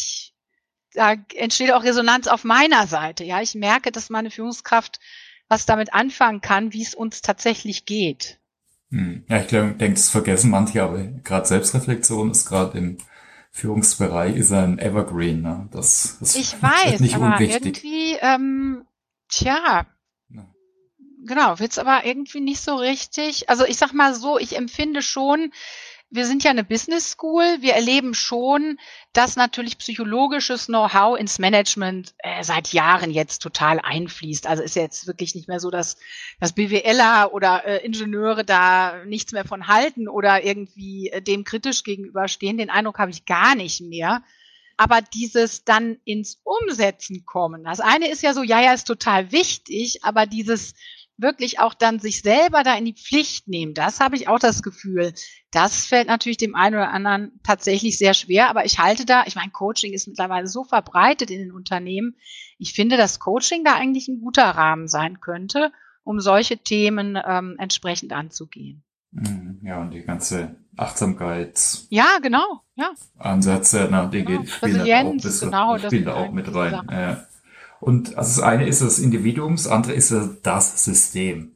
B: da entsteht auch Resonanz auf meiner Seite. Ja, ich merke, dass meine Führungskraft was damit anfangen kann, wie es uns tatsächlich geht.
A: Ja, ich denke, das vergessen manche, aber gerade Selbstreflexion ist gerade im Führungsbereich ist ein Evergreen, ne? Das
B: ich weiß,
A: nicht
B: aber
A: unwichtig.
B: irgendwie, genau, wird's aber irgendwie nicht so richtig. Also ich sag mal so, ich empfinde schon, wir sind ja eine Business School, wir erleben schon, dass natürlich psychologisches Know-how ins Management seit Jahren jetzt total einfließt. Also ist ja jetzt wirklich nicht mehr so, dass BWLer oder Ingenieure da nichts mehr von halten oder irgendwie dem kritisch gegenüberstehen. Den Eindruck habe ich gar nicht mehr. Aber dieses dann ins Umsetzen kommen, das eine ist ja so, ja, ist total wichtig, aber dieses wirklich auch dann sich selber da in die Pflicht nehmen, das habe ich auch das Gefühl, das fällt natürlich dem einen oder anderen tatsächlich sehr schwer, aber ich meine, Coaching ist mittlerweile so verbreitet in den Unternehmen, ich finde, dass Coaching da eigentlich ein guter Rahmen sein könnte, um solche Themen entsprechend anzugehen.
A: Ja, und die ganze Achtsamkeits
B: ja, genau, ja.
A: Ansätze, die
B: Genau.
A: spielen da auch,
B: Resilienz, genau,
A: spielen da auch mit rein. Und also das eine ist das Individuum, das andere ist das System.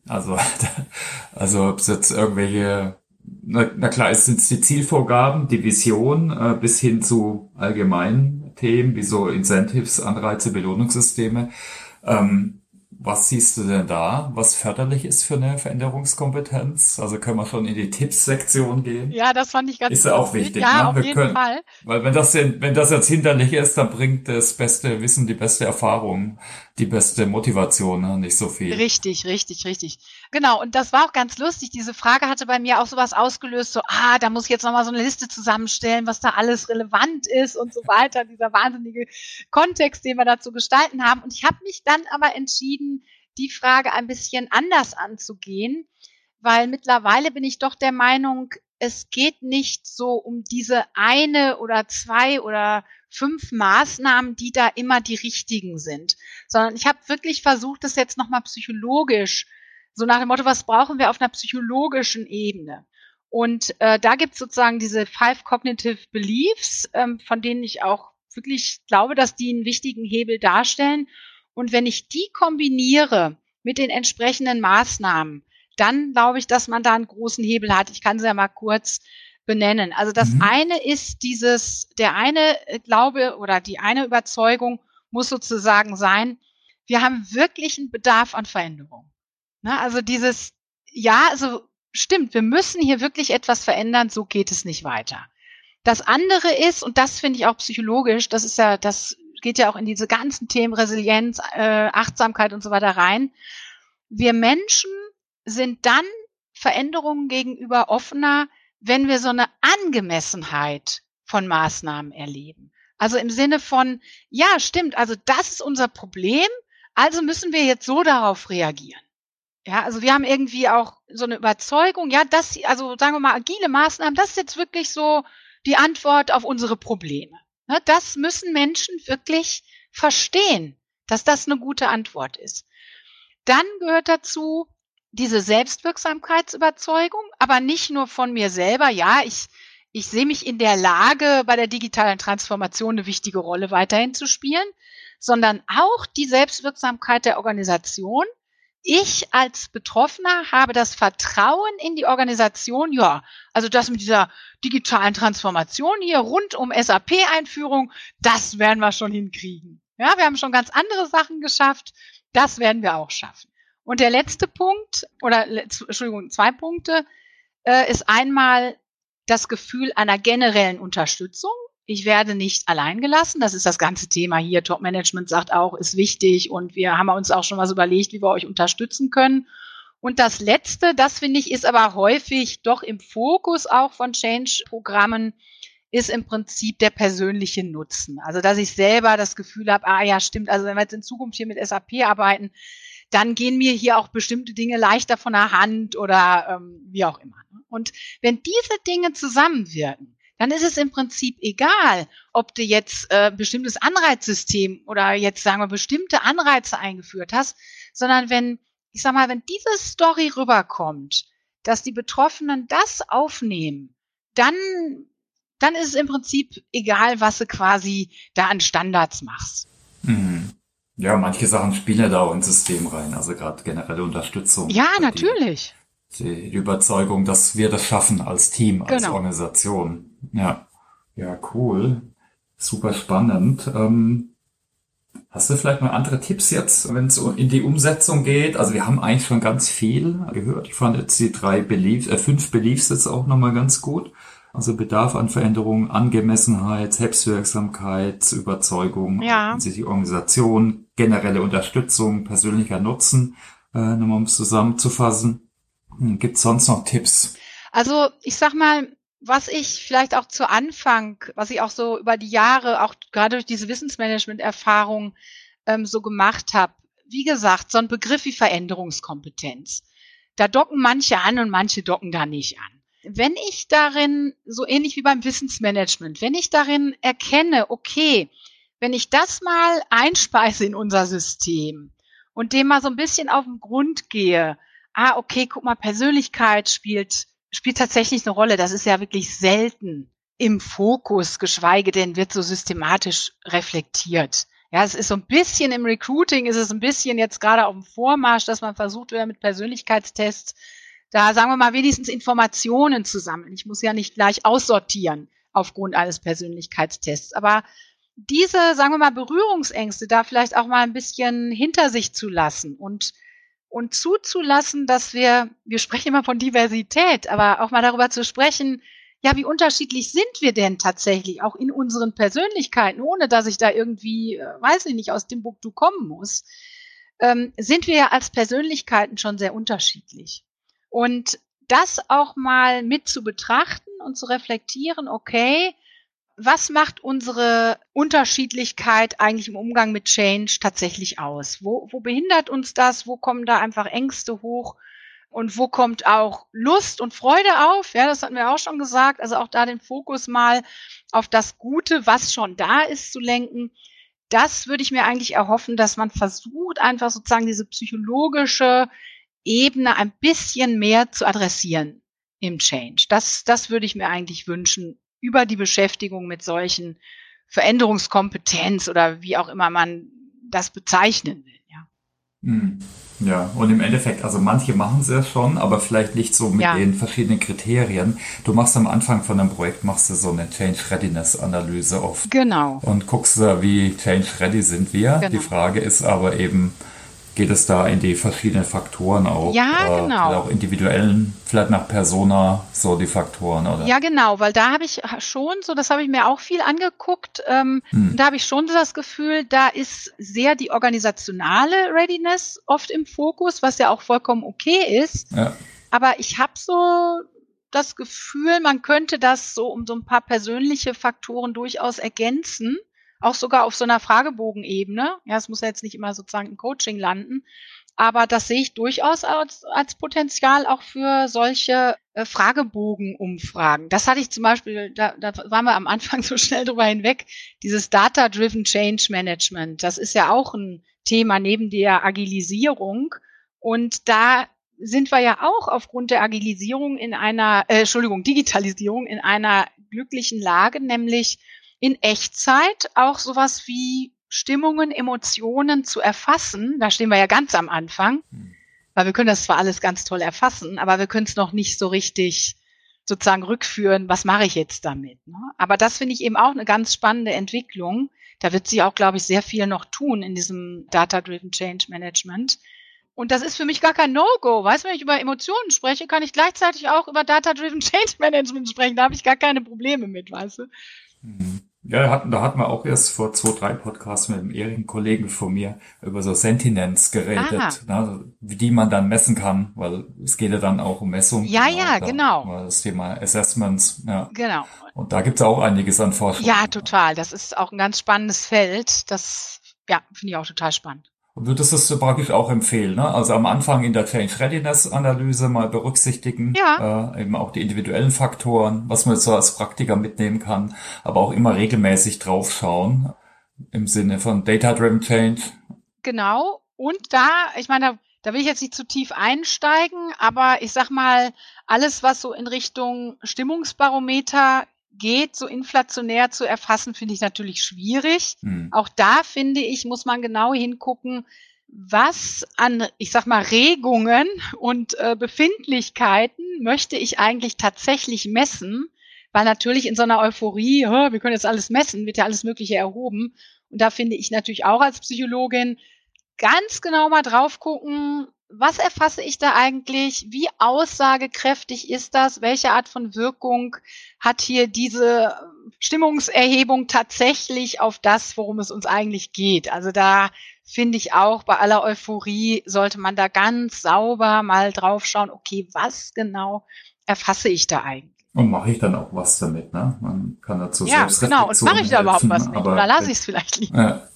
A: Also ob es jetzt irgendwelche, na klar, es sind die Zielvorgaben, die Vision, bis hin zu allgemeinen Themen wie so Incentives, Anreize, Belohnungssysteme. Ähm, Was siehst du denn da, was förderlich ist für eine Veränderungskompetenz? Also können wir schon in die Tipps-Sektion gehen?
B: Ja, das fand ich ganz
A: Ist ja auch
B: lustig.
A: wichtig,
B: Ja,
A: ne?
B: auf
A: Wir
B: jeden
A: können,
B: Fall.
A: weil wenn das jetzt hinderlich ist, dann bringt das beste Wissen, die beste Erfahrung, die beste Motivation, ne? Nicht so viel.
B: Richtig, richtig, richtig. Genau, und das war auch ganz lustig. Diese Frage hatte bei mir auch sowas ausgelöst, so, da muss ich jetzt nochmal so eine Liste zusammenstellen, was da alles relevant ist und so weiter, dieser wahnsinnige Kontext, den wir da zu gestalten haben. Und ich habe mich dann aber entschieden, die Frage ein bisschen anders anzugehen, weil mittlerweile bin ich doch der Meinung, es geht nicht so um diese eine oder zwei oder 5 Maßnahmen, die da immer die richtigen sind, sondern ich habe wirklich versucht, das jetzt nochmal psychologisch, so nach dem Motto, was brauchen wir auf einer psychologischen Ebene? Und da gibt es sozusagen diese 5 Cognitive Beliefs, von denen ich auch wirklich glaube, dass die einen wichtigen Hebel darstellen. Und wenn ich die kombiniere mit den entsprechenden Maßnahmen, dann glaube ich, dass man da einen großen Hebel hat. Ich kann sie ja mal kurz benennen. Also das
A: Mhm.
B: eine ist der eine Glaube oder die eine Überzeugung muss sozusagen sein, wir haben wirklich einen Bedarf an Veränderung. Ne? Also ja, also stimmt, wir müssen hier wirklich etwas verändern, so geht es nicht weiter. Das andere ist, und das finde ich auch psychologisch, das geht ja auch in diese ganzen Themen Resilienz, Achtsamkeit und so weiter rein. Wir Menschen sind dann Veränderungen gegenüber offener, wenn wir so eine Angemessenheit von Maßnahmen erleben. Also im Sinne von, ja, stimmt, also das ist unser Problem, also müssen wir jetzt so darauf reagieren. Ja, also wir haben irgendwie auch so eine Überzeugung, ja, also sagen wir mal, agile Maßnahmen, das ist jetzt wirklich so die Antwort auf unsere Probleme. Ne, das müssen Menschen wirklich verstehen, dass das eine gute Antwort ist. Dann gehört dazu diese Selbstwirksamkeitsüberzeugung, aber nicht nur von mir selber. Ja, ich sehe mich in der Lage, bei der digitalen Transformation eine wichtige Rolle weiterhin zu spielen, sondern auch die Selbstwirksamkeit der Organisation. Ich als Betroffener habe das Vertrauen in die Organisation, ja, also das mit dieser digitalen Transformation hier rund um SAP-Einführung, das werden wir schon hinkriegen. Ja, wir haben schon ganz andere Sachen geschafft, das werden wir auch schaffen. Und der letzte Punkt, Entschuldigung, 2 Punkte, ist einmal das Gefühl einer generellen Unterstützung. Ich werde nicht allein gelassen. Das ist das ganze Thema hier. Top-Management sagt auch, ist wichtig und wir haben uns auch schon was überlegt, wie wir euch unterstützen können. Und das Letzte, das finde ich, ist aber häufig doch im Fokus auch von Change-Programmen, ist im Prinzip der persönliche Nutzen. Also, dass ich selber das Gefühl habe, ja, stimmt, also wenn wir jetzt in Zukunft hier mit SAP arbeiten, dann gehen mir hier auch bestimmte Dinge leichter von der Hand oder wie auch immer. Und wenn diese Dinge zusammenwirken, dann ist es im Prinzip egal, ob du jetzt bestimmtes Anreizsystem oder jetzt sagen wir bestimmte Anreize eingeführt hast, sondern wenn diese Story rüberkommt, dass die Betroffenen das aufnehmen, dann ist es im Prinzip egal, was du quasi da an Standards machst.
A: Mhm. Ja, manche Sachen spielen ja da auch ins System rein, also gerade generelle Unterstützung
B: Ja,
A: oder
B: natürlich.
A: die Überzeugung, dass wir das schaffen als Team, als
B: Genau.
A: Organisation. Ja, ja, cool. Super spannend. Hast du vielleicht noch andere Tipps jetzt, wenn es in die Umsetzung geht? Also wir haben eigentlich schon ganz viel gehört. Ich fand jetzt die 5 Beliefs jetzt auch nochmal ganz gut. Also Bedarf an Veränderung, Angemessenheit, Selbstwirksamkeit, Überzeugung,
B: Ja.
A: hinsichtlich Organisation, generelle Unterstützung, persönlicher Nutzen, nochmal um es zusammenzufassen. Gibt es sonst noch Tipps?
B: Also ich sag mal, was ich vielleicht auch zu Anfang, was ich auch so über die Jahre, auch gerade durch diese Wissensmanagement-Erfahrung so gemacht habe, wie gesagt, so ein Begriff wie Veränderungskompetenz. Da docken manche an und manche docken da nicht an. Wenn ich darin, so ähnlich wie beim Wissensmanagement, wenn ich darin erkenne, okay, wenn ich das mal einspeise in unser System und dem mal so ein bisschen auf den Grund gehe, okay, guck mal, Persönlichkeit spielt tatsächlich eine Rolle. Das ist ja wirklich selten im Fokus, geschweige denn wird so systematisch reflektiert. Ja, es ist so ein bisschen im Recruiting, ist es ein bisschen jetzt gerade auf dem Vormarsch, dass man versucht, wieder mit Persönlichkeitstests da, sagen wir mal, wenigstens Informationen zu sammeln. Ich muss ja nicht gleich aussortieren aufgrund eines Persönlichkeitstests. Aber diese, sagen wir mal, Berührungsängste da vielleicht auch mal ein bisschen hinter sich zu lassen und zuzulassen, dass wir sprechen immer von Diversität, aber auch mal darüber zu sprechen, ja, wie unterschiedlich sind wir denn tatsächlich, auch in unseren Persönlichkeiten, ohne dass ich da irgendwie, weiß ich nicht, aus Timbuktu kommen muss, sind wir ja als Persönlichkeiten schon sehr unterschiedlich. Und das auch mal mit zu betrachten und zu reflektieren, okay, was macht unsere Unterschiedlichkeit eigentlich im Umgang mit Change tatsächlich aus? Wo behindert uns das? Wo kommen da einfach Ängste hoch? Und wo kommt auch Lust und Freude auf? Ja, das hatten wir auch schon gesagt. Also auch da den Fokus mal auf das Gute, was schon da ist, zu lenken. Das würde ich mir eigentlich erhoffen, dass man versucht, einfach sozusagen diese psychologische Ebene ein bisschen mehr zu adressieren im Change. Das würde ich mir eigentlich wünschen, über die Beschäftigung mit solchen Veränderungskompetenz oder wie auch immer man das bezeichnen will.
A: Ja, und im Endeffekt, also manche machen es ja schon, aber vielleicht nicht so mit den verschiedenen Kriterien. Du machst am Anfang von einem Projekt, machst du so eine Change Readiness Analyse oft.
B: Genau.
A: Und guckst, wie Change ready sind wir. Genau. Die Frage ist aber eben, geht es da in die verschiedenen Faktoren auch?
B: Ja, genau.
A: Oder auch individuellen, vielleicht nach Persona, so die Faktoren, oder?
B: Ja, genau, weil da habe ich schon so, das habe ich mir auch viel angeguckt, da habe ich schon so das Gefühl, da ist sehr die organisationale Readiness oft im Fokus, was ja auch vollkommen okay ist. Ja. Aber ich habe so das Gefühl, man könnte das so um so ein paar persönliche Faktoren durchaus ergänzen. Auch sogar auf so einer Fragebogenebene. Ja, es muss ja jetzt nicht immer sozusagen im Coaching landen. Aber das sehe ich durchaus als Potenzial auch für solche Fragebogenumfragen. Das hatte ich zum Beispiel, da waren wir am Anfang so schnell drüber hinweg, dieses Data-Driven Change Management. Das ist ja auch ein Thema neben der Agilisierung. Und da sind wir ja auch aufgrund der Digitalisierung in einer glücklichen Lage, nämlich in Echtzeit auch sowas wie Stimmungen, Emotionen zu erfassen. Da stehen wir ja ganz am Anfang, weil wir können das zwar alles ganz toll erfassen, aber wir können es noch nicht so richtig sozusagen rückführen, was mache ich jetzt damit. Ne? Aber das finde ich eben auch eine ganz spannende Entwicklung. Da wird sich auch, glaube ich, sehr viel noch tun in diesem Data-Driven Change Management. Und das ist für mich gar kein No-Go. Weißt du, wenn ich über Emotionen spreche, kann ich gleichzeitig auch über Data-Driven Change Management sprechen. Da habe ich gar keine Probleme mit, weißt du.
A: Ja, da hatten wir auch erst vor 2-3 Podcasts mit einem ehemaligen Kollegen von mir über so Sentinence geredet, ne, die man dann messen kann, weil es geht ja dann auch um Messung.
B: Genau.
A: Das Thema Assessments, ja.
B: Genau.
A: Und da gibt's auch einiges an Forschung.
B: Ja, total. Das ist auch ein ganz spannendes Feld. Das, finde ich auch total spannend.
A: Und würdest du das praktisch auch empfehlen, ne? Also am Anfang in der Change Readiness Analyse mal berücksichtigen, eben auch die individuellen Faktoren, was man jetzt so als Praktiker mitnehmen kann, aber auch immer regelmäßig draufschauen im Sinne von Data-Driven Change.
B: Genau. Und ich meine, da will ich jetzt nicht zu tief einsteigen, aber ich sag mal, alles, was so in Richtung Stimmungsbarometer geht, so inflationär zu erfassen, finde ich natürlich schwierig. Auch da, finde ich, muss man genau hingucken, was an, ich sag mal, Regungen und Befindlichkeiten möchte ich eigentlich tatsächlich messen, weil natürlich in so einer Euphorie, wir können jetzt alles messen, wird ja alles Mögliche erhoben. Und da finde ich natürlich auch als Psychologin ganz genau mal drauf gucken, was erfasse ich da eigentlich? Wie aussagekräftig ist das? Welche Art von Wirkung hat hier diese Stimmungserhebung tatsächlich auf das, worum es uns eigentlich geht? Also da finde ich auch, bei aller Euphorie sollte man da ganz sauber mal drauf schauen, okay, was genau erfasse ich da eigentlich?
A: Und mache ich dann auch was damit, ne? Man kann dazu
B: Selbstreflexion genau. Und mache ich da überhaupt was mit? Oder lasse ich es vielleicht lieber?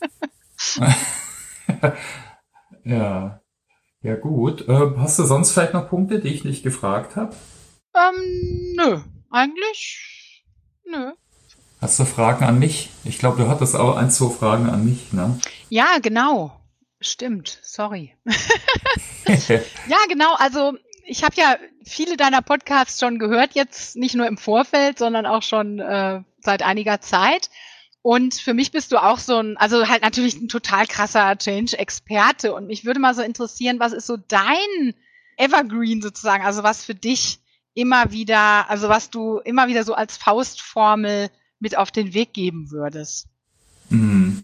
A: Ja. Ja gut. Hast du sonst vielleicht noch Punkte, die ich nicht gefragt habe?
B: Nö. Eigentlich nö.
A: Hast du Fragen an mich? Ich glaube, du hattest auch 1-2 Fragen an mich, ne?
B: Ja, genau. Stimmt. Sorry. Ja, genau. Also ich habe ja viele deiner Podcasts schon gehört, jetzt nicht nur im Vorfeld, sondern auch schon seit einiger Zeit. Und für mich bist du auch also halt natürlich ein total krasser Change-Experte. Und mich würde mal so interessieren, was ist so dein Evergreen sozusagen? Also was für dich immer wieder, also was du immer wieder so als Faustformel mit auf den Weg geben würdest?
A: Hm.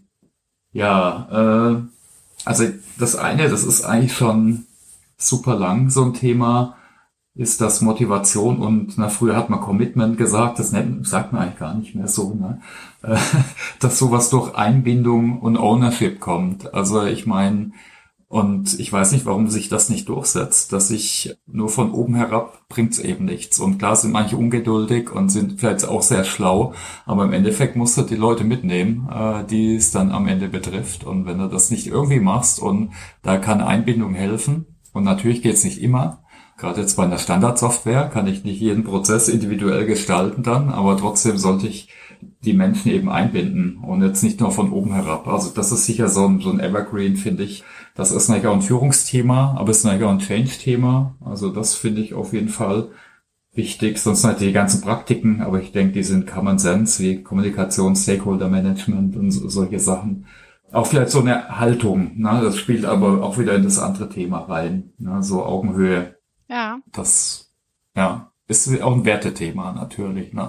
A: Ja, also das ist eigentlich schon super lang so ein Thema, ist das Motivation und früher hat man Commitment gesagt, sagt man eigentlich gar nicht mehr so, ne? Äh, dass sowas durch Einbindung und Ownership kommt. Also ich meine, und ich weiß nicht, warum sich das nicht durchsetzt, dass ich nur von oben herab bringt's eben nichts. Und klar sind manche ungeduldig und sind vielleicht auch sehr schlau, aber im Endeffekt musst du die Leute mitnehmen, die es dann am Ende betrifft. Und wenn du das nicht irgendwie machst und da kann Einbindung helfen, und natürlich geht's nicht immer, gerade jetzt bei einer Standardsoftware kann ich nicht jeden Prozess individuell gestalten dann, aber trotzdem sollte ich die Menschen eben einbinden und jetzt nicht nur von oben herab. Also das ist sicher so ein Evergreen, finde ich. Das ist natürlich auch ein Führungsthema, aber es ist natürlich auch ein Change-Thema. Also das finde ich auf jeden Fall wichtig. Sonst natürlich die ganzen Praktiken, aber ich denke, die sind Common Sense wie Kommunikation, Stakeholder Management und solche Sachen. Auch vielleicht so eine Haltung, ne? Das spielt aber auch wieder in das andere Thema rein, ne? So Augenhöhe.
B: Ja.
A: Das, ja, ist auch ein Wertethema natürlich, ne?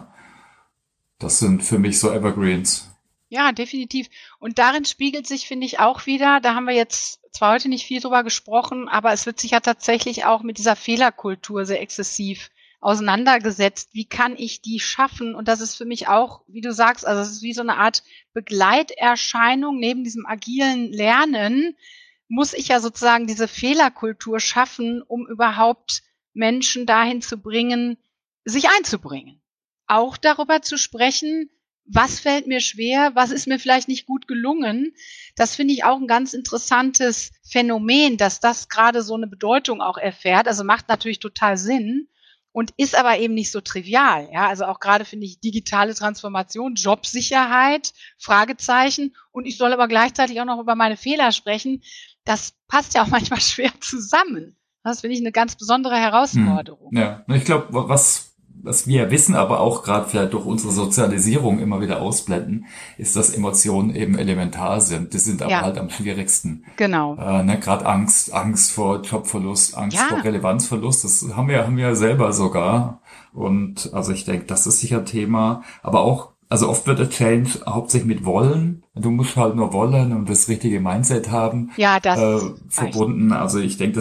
A: Das sind für mich so Evergreens.
B: Ja, definitiv. Und darin spiegelt sich, finde ich, auch wieder, da haben wir jetzt zwar heute nicht viel drüber gesprochen, aber es wird sich ja tatsächlich auch mit dieser Fehlerkultur sehr exzessiv auseinandergesetzt. Wie kann ich die schaffen? Und das ist für mich auch, wie du sagst, also es ist wie so eine Art Begleiterscheinung neben diesem agilen Lernen, muss ich ja sozusagen diese Fehlerkultur schaffen, um überhaupt Menschen dahin zu bringen, sich einzubringen. Auch darüber zu sprechen, was fällt mir schwer, was ist mir vielleicht nicht gut gelungen. Das finde ich auch ein ganz interessantes Phänomen, dass das gerade so eine Bedeutung auch erfährt. Also macht natürlich total Sinn und ist aber eben nicht so trivial. Ja, also auch gerade finde ich digitale Transformation, Jobsicherheit, Fragezeichen. Und ich soll aber gleichzeitig auch noch über meine Fehler sprechen. Das passt ja auch manchmal schwer zusammen. Das finde ich eine ganz besondere Herausforderung.
A: Ja, ich glaube, was wir wissen, aber auch gerade vielleicht durch unsere Sozialisierung immer wieder ausblenden, ist, dass Emotionen eben elementar sind. Die sind aber
B: Ja,
A: halt am schwierigsten.
B: genau.
A: Gerade Angst vor Jobverlust, Angst vor
B: Ja,
A: Relevanzverlust, das haben wir ja selber sogar. Und also ich denke, das ist sicher ein Thema. Aber auch, also oft wird der Change hauptsächlich mit Wollen. Du musst halt nur wollen und das richtige Mindset haben,
B: ja, das reicht.
A: verbunden. Also ich denke,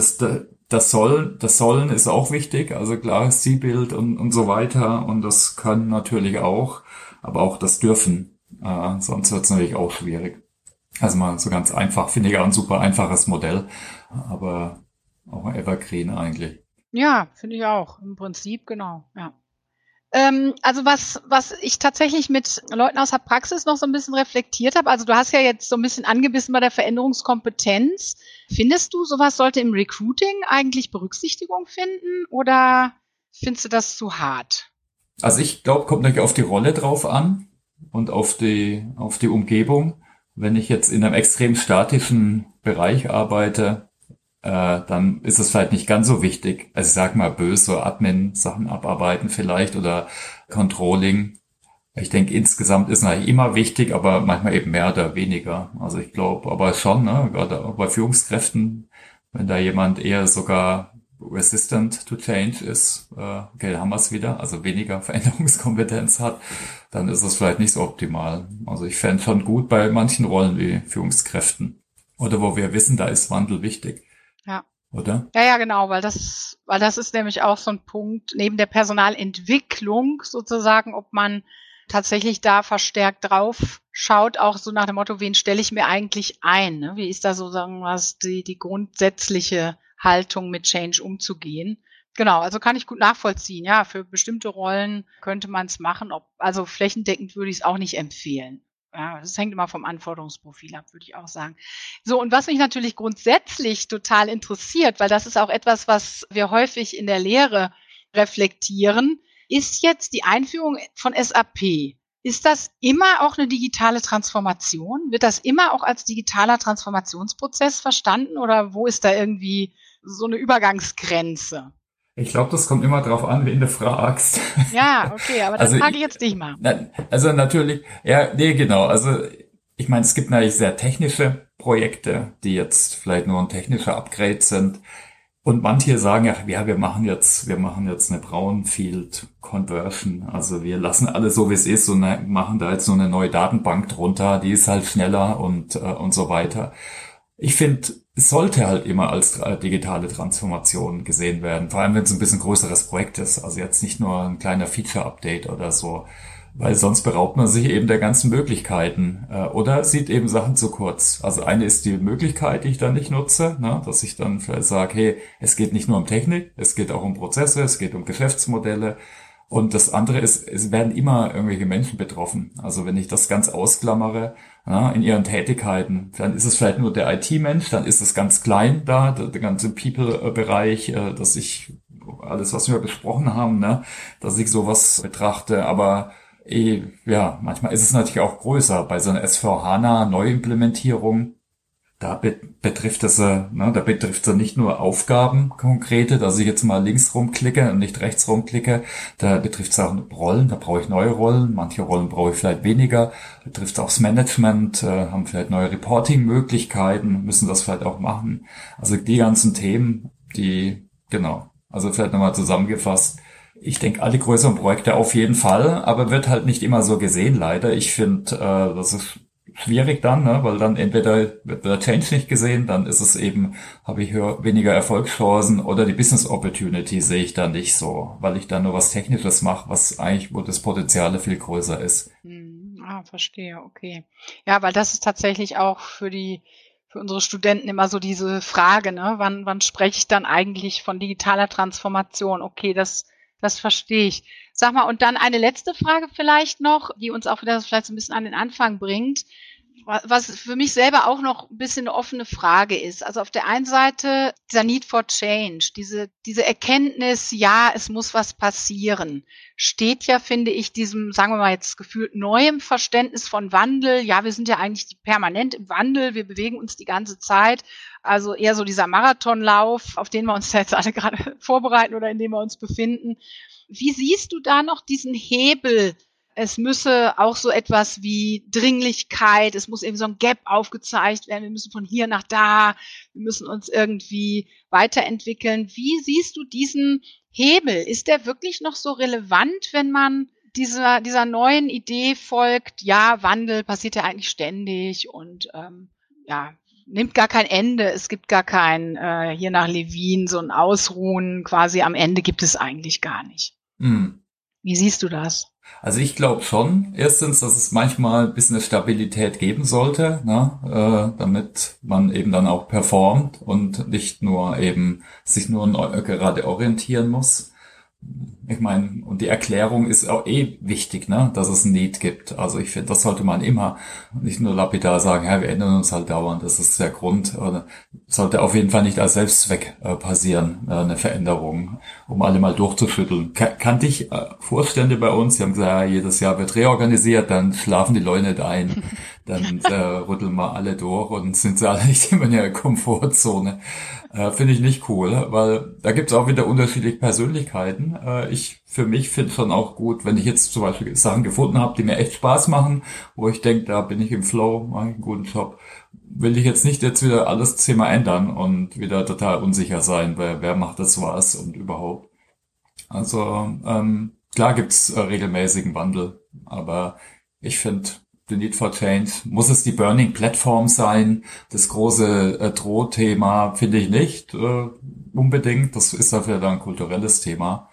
A: das Sollen ist auch wichtig, also klares Zielbild und so weiter. Und das können natürlich auch, aber auch das Dürfen. Sonst wird es natürlich auch schwierig. Also mal so ganz einfach, finde ich auch ein super einfaches Modell, aber auch ein Evergreen eigentlich.
B: Ja, finde ich auch. Im Prinzip, genau, ja. Also was ich tatsächlich mit Leuten aus der Praxis noch so ein bisschen reflektiert habe, also du hast ja jetzt so ein bisschen angebissen bei der Veränderungskompetenz. Findest du, sowas sollte im Recruiting eigentlich Berücksichtigung finden oder findest du das zu hart?
A: Also ich glaube, kommt natürlich auf die Rolle drauf an und auf die Umgebung. Wenn ich jetzt in einem extrem statischen Bereich arbeite, dann ist es vielleicht nicht ganz so wichtig. Also ich sag mal böse, so Admin-Sachen abarbeiten vielleicht oder Controlling. Ich denke, insgesamt ist eigentlich immer wichtig, aber manchmal eben mehr oder weniger. Also ich glaube, aber schon, ne, gerade auch bei Führungskräften, wenn da jemand eher sogar resistant to change ist, okay, da haben wir es wieder, also weniger Veränderungskompetenz hat, dann ist es vielleicht nicht so optimal. Also ich fände schon gut bei manchen Rollen wie Führungskräften. Oder wo wir wissen, da ist Wandel wichtig,
B: Ja.
A: oder?
B: Ja, ja, genau, weil das ist nämlich auch so ein Punkt neben der Personalentwicklung sozusagen, ob man tatsächlich da verstärkt drauf schaut, auch so nach dem Motto, wen stelle ich mir eigentlich ein? Ne? Wie ist da sozusagen was die grundsätzliche Haltung mit Change umzugehen? Genau, also kann ich gut nachvollziehen. Ja, für bestimmte Rollen könnte man es machen. Also flächendeckend würde ich es auch nicht empfehlen. Ja, das hängt immer vom Anforderungsprofil ab, würde ich auch sagen. So, und was mich natürlich grundsätzlich total interessiert, weil das ist auch etwas, was wir häufig in der Lehre reflektieren, ist jetzt die Einführung von SAP. Ist das immer auch eine digitale Transformation? Wird das immer auch als digitaler Transformationsprozess verstanden oder wo ist da irgendwie so eine Übergangsgrenze?
A: Ich glaube, das kommt immer drauf an, wen du fragst.
B: Ja, okay, aber dann
A: Also,
B: frage ich jetzt dich mal.
A: also natürlich, ja, nee, genau. Also ich meine, es gibt natürlich sehr technische Projekte, die jetzt vielleicht nur ein technischer Upgrade sind. Und manche sagen ja, wir machen jetzt eine Brownfield Conversion. Also wir lassen alles so, wie es ist und machen da jetzt nur eine neue Datenbank drunter. Die ist halt schneller und so weiter. Ich finde, es sollte halt immer als digitale Transformation gesehen werden. Vor allem, wenn es ein bisschen größeres Projekt ist. Also jetzt nicht nur ein kleiner Feature-Update oder so. Weil sonst beraubt man sich eben der ganzen Möglichkeiten. Oder sieht eben Sachen zu kurz. Also eine ist die Möglichkeit, die ich dann nicht nutze, ne? Dass ich dann vielleicht sage, hey, es geht nicht nur um Technik, es geht auch um Prozesse, es geht um Geschäftsmodelle. Und das andere ist, es werden immer irgendwelche Menschen betroffen. Also wenn ich das ganz ausklammere, ja, in ihren Tätigkeiten, dann ist es vielleicht nur der IT-Mensch, dann ist es ganz klein da, der ganze People-Bereich, dass ich alles, was wir besprochen haben, ne, dass ich sowas betrachte. Aber ja, manchmal ist es natürlich auch größer. Bei so einer S4HANA-Neuimplementierung, da betrifft es nicht nur Aufgaben konkrete, dass ich jetzt mal links rumklicke und nicht rechts rumklicke. Da betrifft es auch Rollen, da brauche ich neue Rollen. Manche Rollen brauche ich vielleicht weniger. Betrifft auch das Management, haben vielleicht neue Reporting-Möglichkeiten, müssen das vielleicht auch machen. Also die ganzen Themen, genau. Also vielleicht nochmal zusammengefasst. Ich denke, alle größeren Projekte auf jeden Fall, aber wird halt nicht immer so gesehen, leider. Ich finde, das ist schwierig dann, ne? Weil dann entweder wird der Change nicht gesehen, dann ist es eben, habe ich weniger Erfolgschancen oder die Business Opportunity sehe ich da nicht so, weil ich da nur was Technisches mache, wo das Potenzial viel größer ist.
B: Verstehe, okay. Ja, weil das ist tatsächlich auch für unsere Studenten immer so diese Frage, ne? Wann spreche ich dann eigentlich von digitaler Transformation? Okay, das verstehe ich. Sag mal, und dann eine letzte Frage vielleicht noch, die uns auch wieder vielleicht so ein bisschen an den Anfang bringt, was für mich selber auch noch ein bisschen eine offene Frage ist. Also auf der einen Seite dieser Need for Change, diese Erkenntnis, ja, es muss was passieren, steht ja, finde ich, diesem, sagen wir mal jetzt gefühlt neuem Verständnis von Wandel. Ja, wir sind ja eigentlich permanent im Wandel, wir bewegen uns die ganze Zeit. Also eher so dieser Marathonlauf, auf den wir uns jetzt alle gerade vorbereiten oder in dem wir uns befinden. Wie siehst du da noch diesen Hebel? Es müsse auch so etwas wie Dringlichkeit, es muss eben so ein Gap aufgezeigt werden, wir müssen von hier nach da, wir müssen uns irgendwie weiterentwickeln. Wie siehst du diesen Hebel? Ist der wirklich noch so relevant, wenn man dieser neuen Idee folgt? Ja, Wandel passiert ja eigentlich ständig und ja, nimmt gar kein Ende. Es gibt gar kein, hier nach Levin, so ein Ausruhen quasi am Ende gibt es eigentlich gar nicht.
A: Mm.
B: Wie siehst du das?
A: Also ich glaube schon, erstens, dass es manchmal ein bisschen eine Stabilität geben sollte, ne, damit man eben dann auch performt und nicht nur eben sich nur gerade orientieren muss. Ich meine, und die Erklärung ist auch wichtig, ne, dass es ein Need gibt. Also ich finde, das sollte man immer nicht nur lapidar sagen, ja, wir ändern uns halt dauernd, das ist der Grund. Oder sollte auf jeden Fall nicht als Selbstzweck passieren, eine Veränderung, um alle mal durchzuschütteln. Kannte ich Vorstände bei uns, die haben gesagt, ja, jedes Jahr wird reorganisiert, dann schlafen die Leute nicht ein, dann rütteln wir alle durch und sind sie alle nicht immer in ihrer Komfortzone. Finde ich nicht cool, weil da gibt es auch wieder unterschiedliche Persönlichkeiten. Ich für mich finde es schon auch gut, wenn ich jetzt zum Beispiel Sachen gefunden habe, die mir echt Spaß machen, wo ich denke, da bin ich im Flow, mache ich einen guten Job, will ich jetzt nicht jetzt wieder alles Thema ändern und wieder total unsicher sein, wer macht das was und überhaupt. Also klar gibt's regelmäßigen Wandel, aber ich finde, The Need for Change, muss es die Burning Platform sein? Das große Drohthema finde ich nicht unbedingt. Das ist dafür dann ein kulturelles Thema.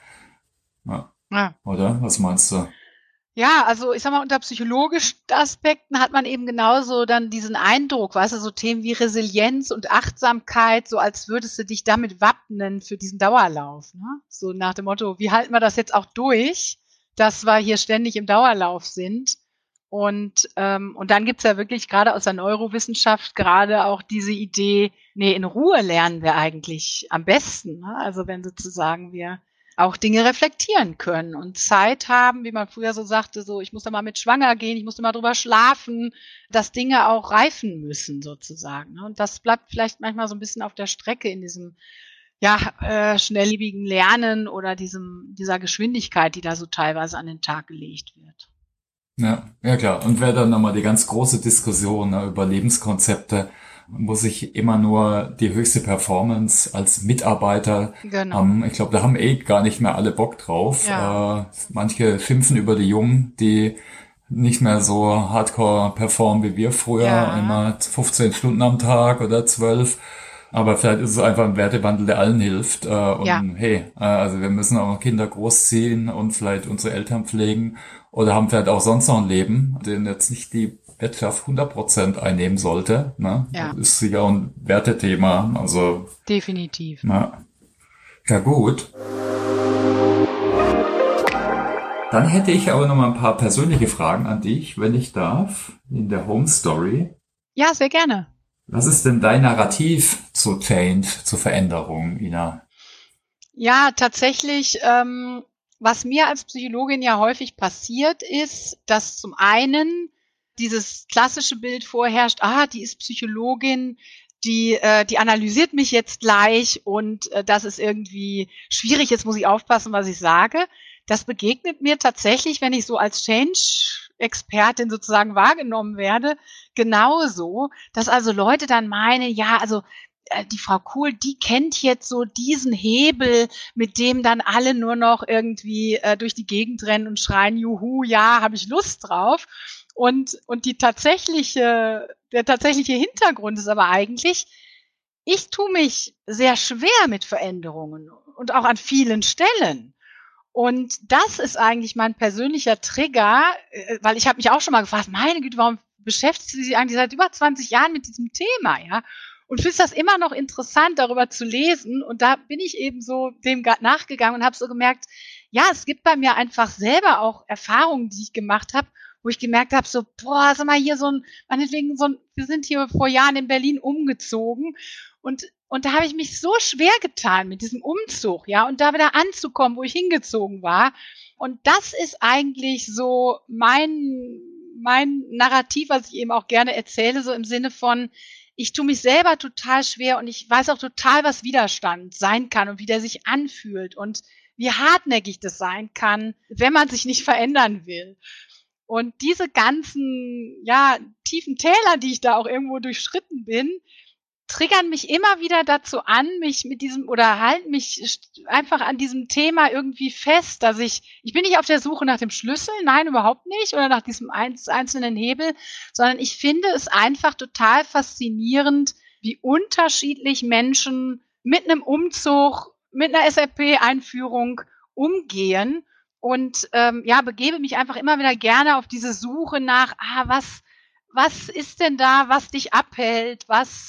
A: Ja. Oder? Was meinst du?
B: Ja, also ich sag mal, unter psychologischen Aspekten hat man eben genauso dann diesen Eindruck, weißt du, so Themen wie Resilienz und Achtsamkeit, so als würdest du dich damit wappnen für diesen Dauerlauf. Ne? So nach dem Motto, wie halten wir das jetzt auch durch, dass wir hier ständig im Dauerlauf sind? Und dann gibt's ja wirklich gerade aus der Neurowissenschaft gerade auch diese Idee, nee, in Ruhe lernen wir eigentlich am besten. Ne? Also wenn sozusagen wir auch Dinge reflektieren können und Zeit haben, wie man früher so sagte, so ich muss da mal mit schwanger gehen, ich muss da mal drüber schlafen, dass Dinge auch reifen müssen sozusagen. Ne? Und das bleibt vielleicht manchmal so ein bisschen auf der Strecke in diesem schnelllebigen Lernen oder dieser Geschwindigkeit, die da so teilweise an den Tag gelegt wird.
A: Ja klar. Und wäre dann nochmal die ganz große Diskussion, ne, über Lebenskonzepte. Muss ich immer nur die höchste Performance als Mitarbeiter haben? Ich glaube, da haben gar nicht mehr alle Bock drauf.
B: Ja.
A: Manche schimpfen über die Jungen, die nicht mehr so hardcore performen wie wir früher, immer 15 Stunden am Tag oder 12. Aber vielleicht ist es einfach ein Wertewandel, der allen hilft. Also wir müssen auch Kinder großziehen und vielleicht unsere Eltern pflegen oder haben vielleicht auch sonst noch ein Leben, den jetzt nicht die Wirtschaft 100% einnehmen sollte. Ne?
B: Ja.
A: Das ist sicher auch ein Wertethema. Also
B: definitiv.
A: Ja gut. Dann hätte ich aber noch mal ein paar persönliche Fragen an dich, wenn ich darf, in der Home Story.
B: Ja, sehr gerne.
A: Was ist denn dein Narrativ zu Change, zur Veränderung, Ina?
B: Ja, tatsächlich, was mir als Psychologin ja häufig passiert ist, dass zum einen dieses klassische Bild vorherrscht, die ist Psychologin, die analysiert mich jetzt gleich und das ist irgendwie schwierig, jetzt muss ich aufpassen, was ich sage. Das begegnet mir tatsächlich, wenn ich so als Change-Expertin sozusagen wahrgenommen werde, genauso, dass also Leute dann meinen, die Frau Kuhl, die kennt jetzt so diesen Hebel, mit dem dann alle nur noch irgendwie durch die Gegend rennen und schreien, juhu, ja, habe ich Lust drauf. Und der tatsächliche Hintergrund ist aber eigentlich, ich tue mich sehr schwer mit Veränderungen und auch an vielen Stellen. Und das ist eigentlich mein persönlicher Trigger, weil ich habe mich auch schon mal gefragt, meine Güte, warum beschäftigt sie sich eigentlich seit über 20 Jahren mit diesem Thema, ja? Und finde das immer noch interessant, darüber zu lesen. Und da bin ich eben so dem nachgegangen und habe so gemerkt, ja, es gibt bei mir einfach selber auch Erfahrungen, die ich gemacht habe, wo ich gemerkt habe, so, sag mal, hier wir sind hier vor Jahren in Berlin umgezogen und da habe ich mich so schwer getan mit diesem Umzug, ja, und da wieder anzukommen, wo ich hingezogen war. Und das ist eigentlich so mein Narrativ, was ich eben auch gerne erzähle, so im Sinne von, ich tue mich selber total schwer und ich weiß auch total, was Widerstand sein kann und wie der sich anfühlt und wie hartnäckig das sein kann, wenn man sich nicht verändern will. Und diese ganzen, tiefen Täler, die ich da auch irgendwo durchschritten bin, triggern mich immer wieder dazu an, mich mit diesem oder halten mich einfach an diesem Thema irgendwie fest, dass ich bin nicht auf der Suche nach dem Schlüssel, nein, überhaupt nicht, oder nach diesem einzelnen Hebel, sondern ich finde es einfach total faszinierend, wie unterschiedlich Menschen mit einem Umzug, mit einer SAP-Einführung umgehen und begebe mich einfach immer wieder gerne auf diese Suche nach, was ist denn da, was dich abhält,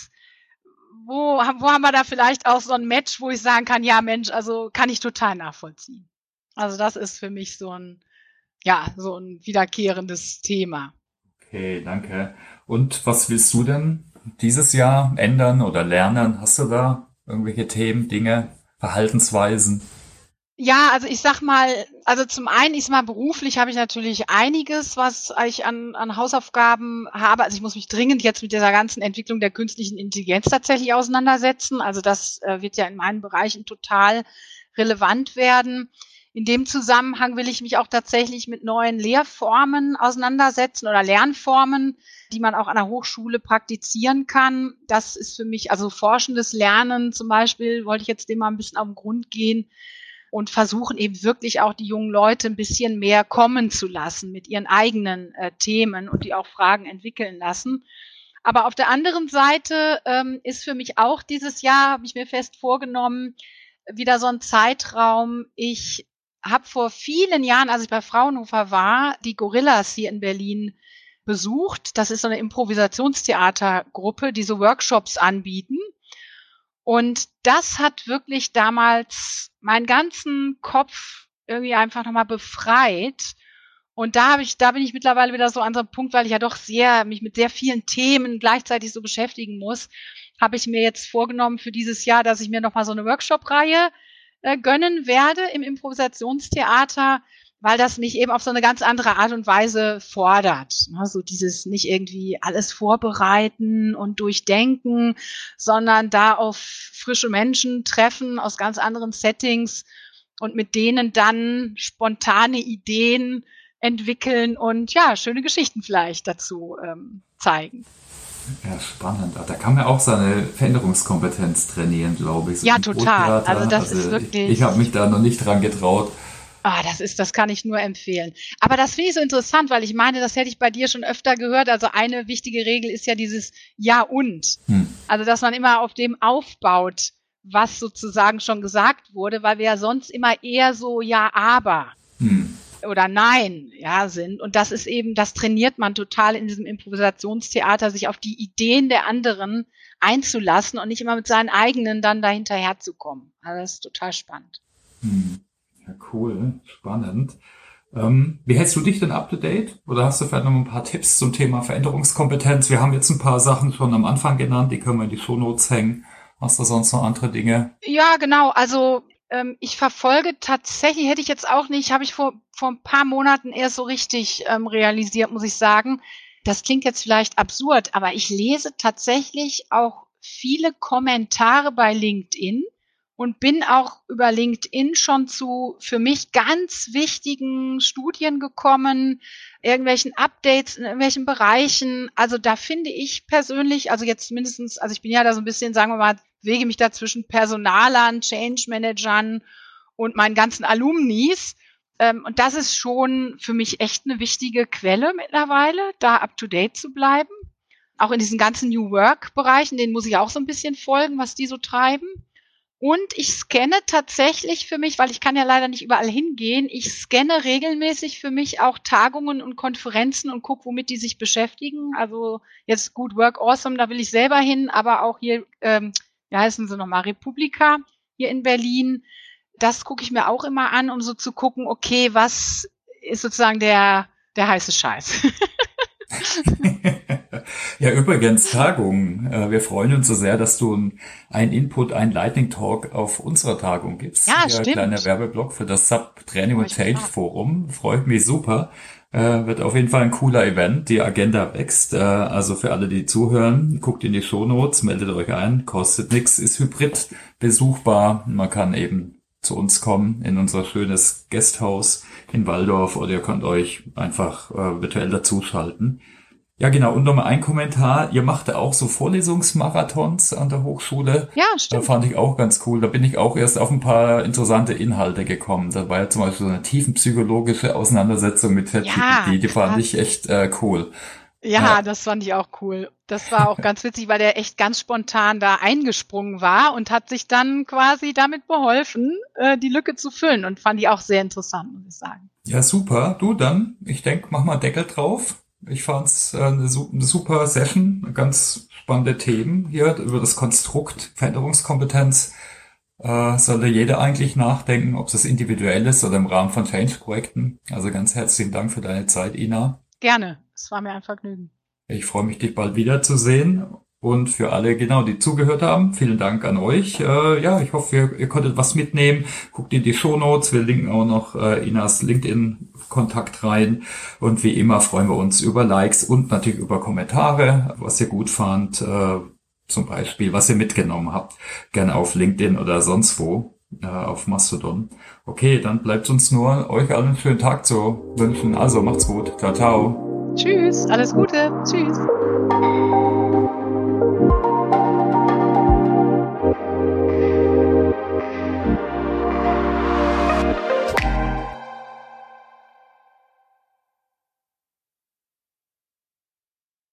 B: wo haben wir da vielleicht auch so ein Match, wo ich sagen kann, ja Mensch, also kann ich total nachvollziehen. Also das ist für mich so ein wiederkehrendes Thema.
A: Okay, danke. Und was willst du denn dieses Jahr ändern oder lernen? Hast du da irgendwelche Themen, Dinge, Verhaltensweisen?
B: Ja, also ich sag mal, zum einen, beruflich habe ich natürlich einiges, was ich an Hausaufgaben habe. Also ich muss mich dringend jetzt mit dieser ganzen Entwicklung der künstlichen Intelligenz tatsächlich auseinandersetzen. Also das wird ja in meinen Bereichen total relevant werden. In dem Zusammenhang will ich mich auch tatsächlich mit neuen Lehrformen auseinandersetzen oder Lernformen, die man auch an der Hochschule praktizieren kann. Das ist für mich, also forschendes Lernen zum Beispiel, wollte ich jetzt dem mal ein bisschen auf den Grund gehen. Und versuchen eben wirklich auch die jungen Leute ein bisschen mehr kommen zu lassen mit ihren eigenen Themen und die auch Fragen entwickeln lassen. Aber auf der anderen Seite ist für mich auch dieses Jahr, habe ich mir fest vorgenommen, wieder so ein Zeitraum. Ich habe vor vielen Jahren, als ich bei Fraunhofer war, die Gorillas hier in Berlin besucht. Das ist so eine Improvisationstheatergruppe, die so Workshops anbieten. Und das hat wirklich damals meinen ganzen Kopf irgendwie einfach nochmal befreit. Und da bin ich mittlerweile wieder so an so einem Punkt, weil ich ja doch mich mit sehr vielen Themen gleichzeitig so beschäftigen muss, habe ich mir jetzt vorgenommen für dieses Jahr, dass ich mir nochmal so eine Workshop-Reihe gönnen werde im Improvisationstheater, weil das mich eben auf so eine ganz andere Art und Weise fordert. So dieses nicht irgendwie alles vorbereiten und durchdenken, sondern da auf frische Menschen treffen aus ganz anderen Settings und mit denen dann spontane Ideen entwickeln und ja, schöne Geschichten vielleicht dazu zeigen.
A: Ja, spannend. Da kann man auch seine Veränderungskompetenz trainieren, glaube ich. So
B: Ja, total. Also das ist wirklich.
A: Ich habe mich da noch nicht dran getraut.
B: Das kann ich nur empfehlen. Aber das finde ich so interessant, weil ich meine, das hätte ich bei dir schon öfter gehört. Also eine wichtige Regel ist ja dieses Ja und. Also, dass man immer auf dem aufbaut, was sozusagen schon gesagt wurde, weil wir ja sonst immer eher so Ja, aber oder Nein, ja, sind. Und das ist eben, das trainiert man total in diesem Improvisationstheater, sich auf die Ideen der anderen einzulassen und nicht immer mit seinen eigenen dann dahinterher zu kommen. Also das ist total spannend.
A: Ja, cool, spannend. Wie hältst du dich denn up to date? Oder hast du vielleicht noch ein paar Tipps zum Thema Veränderungskompetenz? Wir haben jetzt ein paar Sachen schon am Anfang genannt, die können wir in die Shownotes hängen. Hast du sonst noch andere Dinge?
B: Ja, genau. Also ich verfolge tatsächlich, hätte ich jetzt auch nicht, habe ich vor ein paar Monaten erst so richtig realisiert, muss ich sagen. Das klingt jetzt vielleicht absurd, aber ich lese tatsächlich auch viele Kommentare bei LinkedIn und bin auch über LinkedIn schon zu für mich ganz wichtigen Studien gekommen, irgendwelchen Updates in irgendwelchen Bereichen. Also da finde ich persönlich, also jetzt mindestens, also ich bin ja da so ein bisschen, sagen wir mal, bewege mich da zwischen Personalern, Change Managern und meinen ganzen Alumnis. Und das ist schon für mich echt eine wichtige Quelle mittlerweile, da up to date zu bleiben. Auch in diesen ganzen New Work Bereichen, denen muss ich auch so ein bisschen folgen, was die so treiben. Und ich scanne tatsächlich für mich, weil ich kann ja leider nicht überall hingehen, ich scanne regelmäßig für mich auch Tagungen und Konferenzen und gucke, womit die sich beschäftigen. Also jetzt gut, Work Awesome, da will ich selber hin, aber auch hier, wie heißen sie nochmal, Republika hier in Berlin. Das gucke ich mir auch immer an, um so zu gucken, okay, was ist sozusagen der heiße Scheiß.
A: Ja, übrigens, Tagung. Wir freuen uns so sehr, dass du einen Input, einen Lightning Talk auf unserer Tagung gibst.
B: Ja, stimmt.
A: Kleiner Werbeblock für das SAP Training und Change Forum. Freut mich super. Wird auf jeden Fall ein cooler Event. Die Agenda wächst. Also für alle, die zuhören, guckt in die Shownotes, meldet euch ein. Kostet nichts, ist hybrid besuchbar. Man kann eben zu uns kommen in unser schönes Guesthouse in Walldorf oder ihr könnt euch einfach virtuell dazuschalten. Ja, genau. Und nochmal ein Kommentar. Ihr macht auch so Vorlesungsmarathons an der Hochschule.
B: Ja, stimmt.
A: Da fand ich auch ganz cool. Da bin ich auch erst auf ein paar interessante Inhalte gekommen. Da war ja zum Beispiel so eine tiefenpsychologische Auseinandersetzung mit ChatGPT.
B: Ja,
A: die fand ich echt cool.
B: Ja, das fand ich auch cool. Das war auch ganz witzig, weil der echt ganz spontan da eingesprungen war und hat sich dann quasi damit beholfen, die Lücke zu füllen. Und fand ich auch sehr interessant, muss ich sagen.
A: Ja, super. Du dann, ich denke, mach mal Deckel drauf. Ich fand's eine super Session, ganz spannende Themen hier über das Konstrukt Veränderungskompetenz. Sollte jeder eigentlich nachdenken, ob es das individuell ist oder im Rahmen von Change-Projekten. Also ganz herzlichen Dank für deine Zeit, Ina.
B: Gerne, es war mir ein Vergnügen.
A: Ich freue mich, dich bald wiederzusehen. Und für alle, genau, die zugehört haben, vielen Dank an euch. Ja, ich hoffe, ihr konntet was mitnehmen. Guckt in die Shownotes. Wir linken auch noch Inas LinkedIn-Kontakt rein. Und wie immer freuen wir uns über Likes und natürlich über Kommentare, was ihr gut fand. Zum Beispiel, was ihr mitgenommen habt. Gerne auf LinkedIn oder sonst wo, auf Mastodon. Okay, dann bleibt uns nur, euch allen einen schönen Tag zu wünschen. Also macht's gut. Ciao, ciao.
B: Tschüss, alles Gute. Tschüss.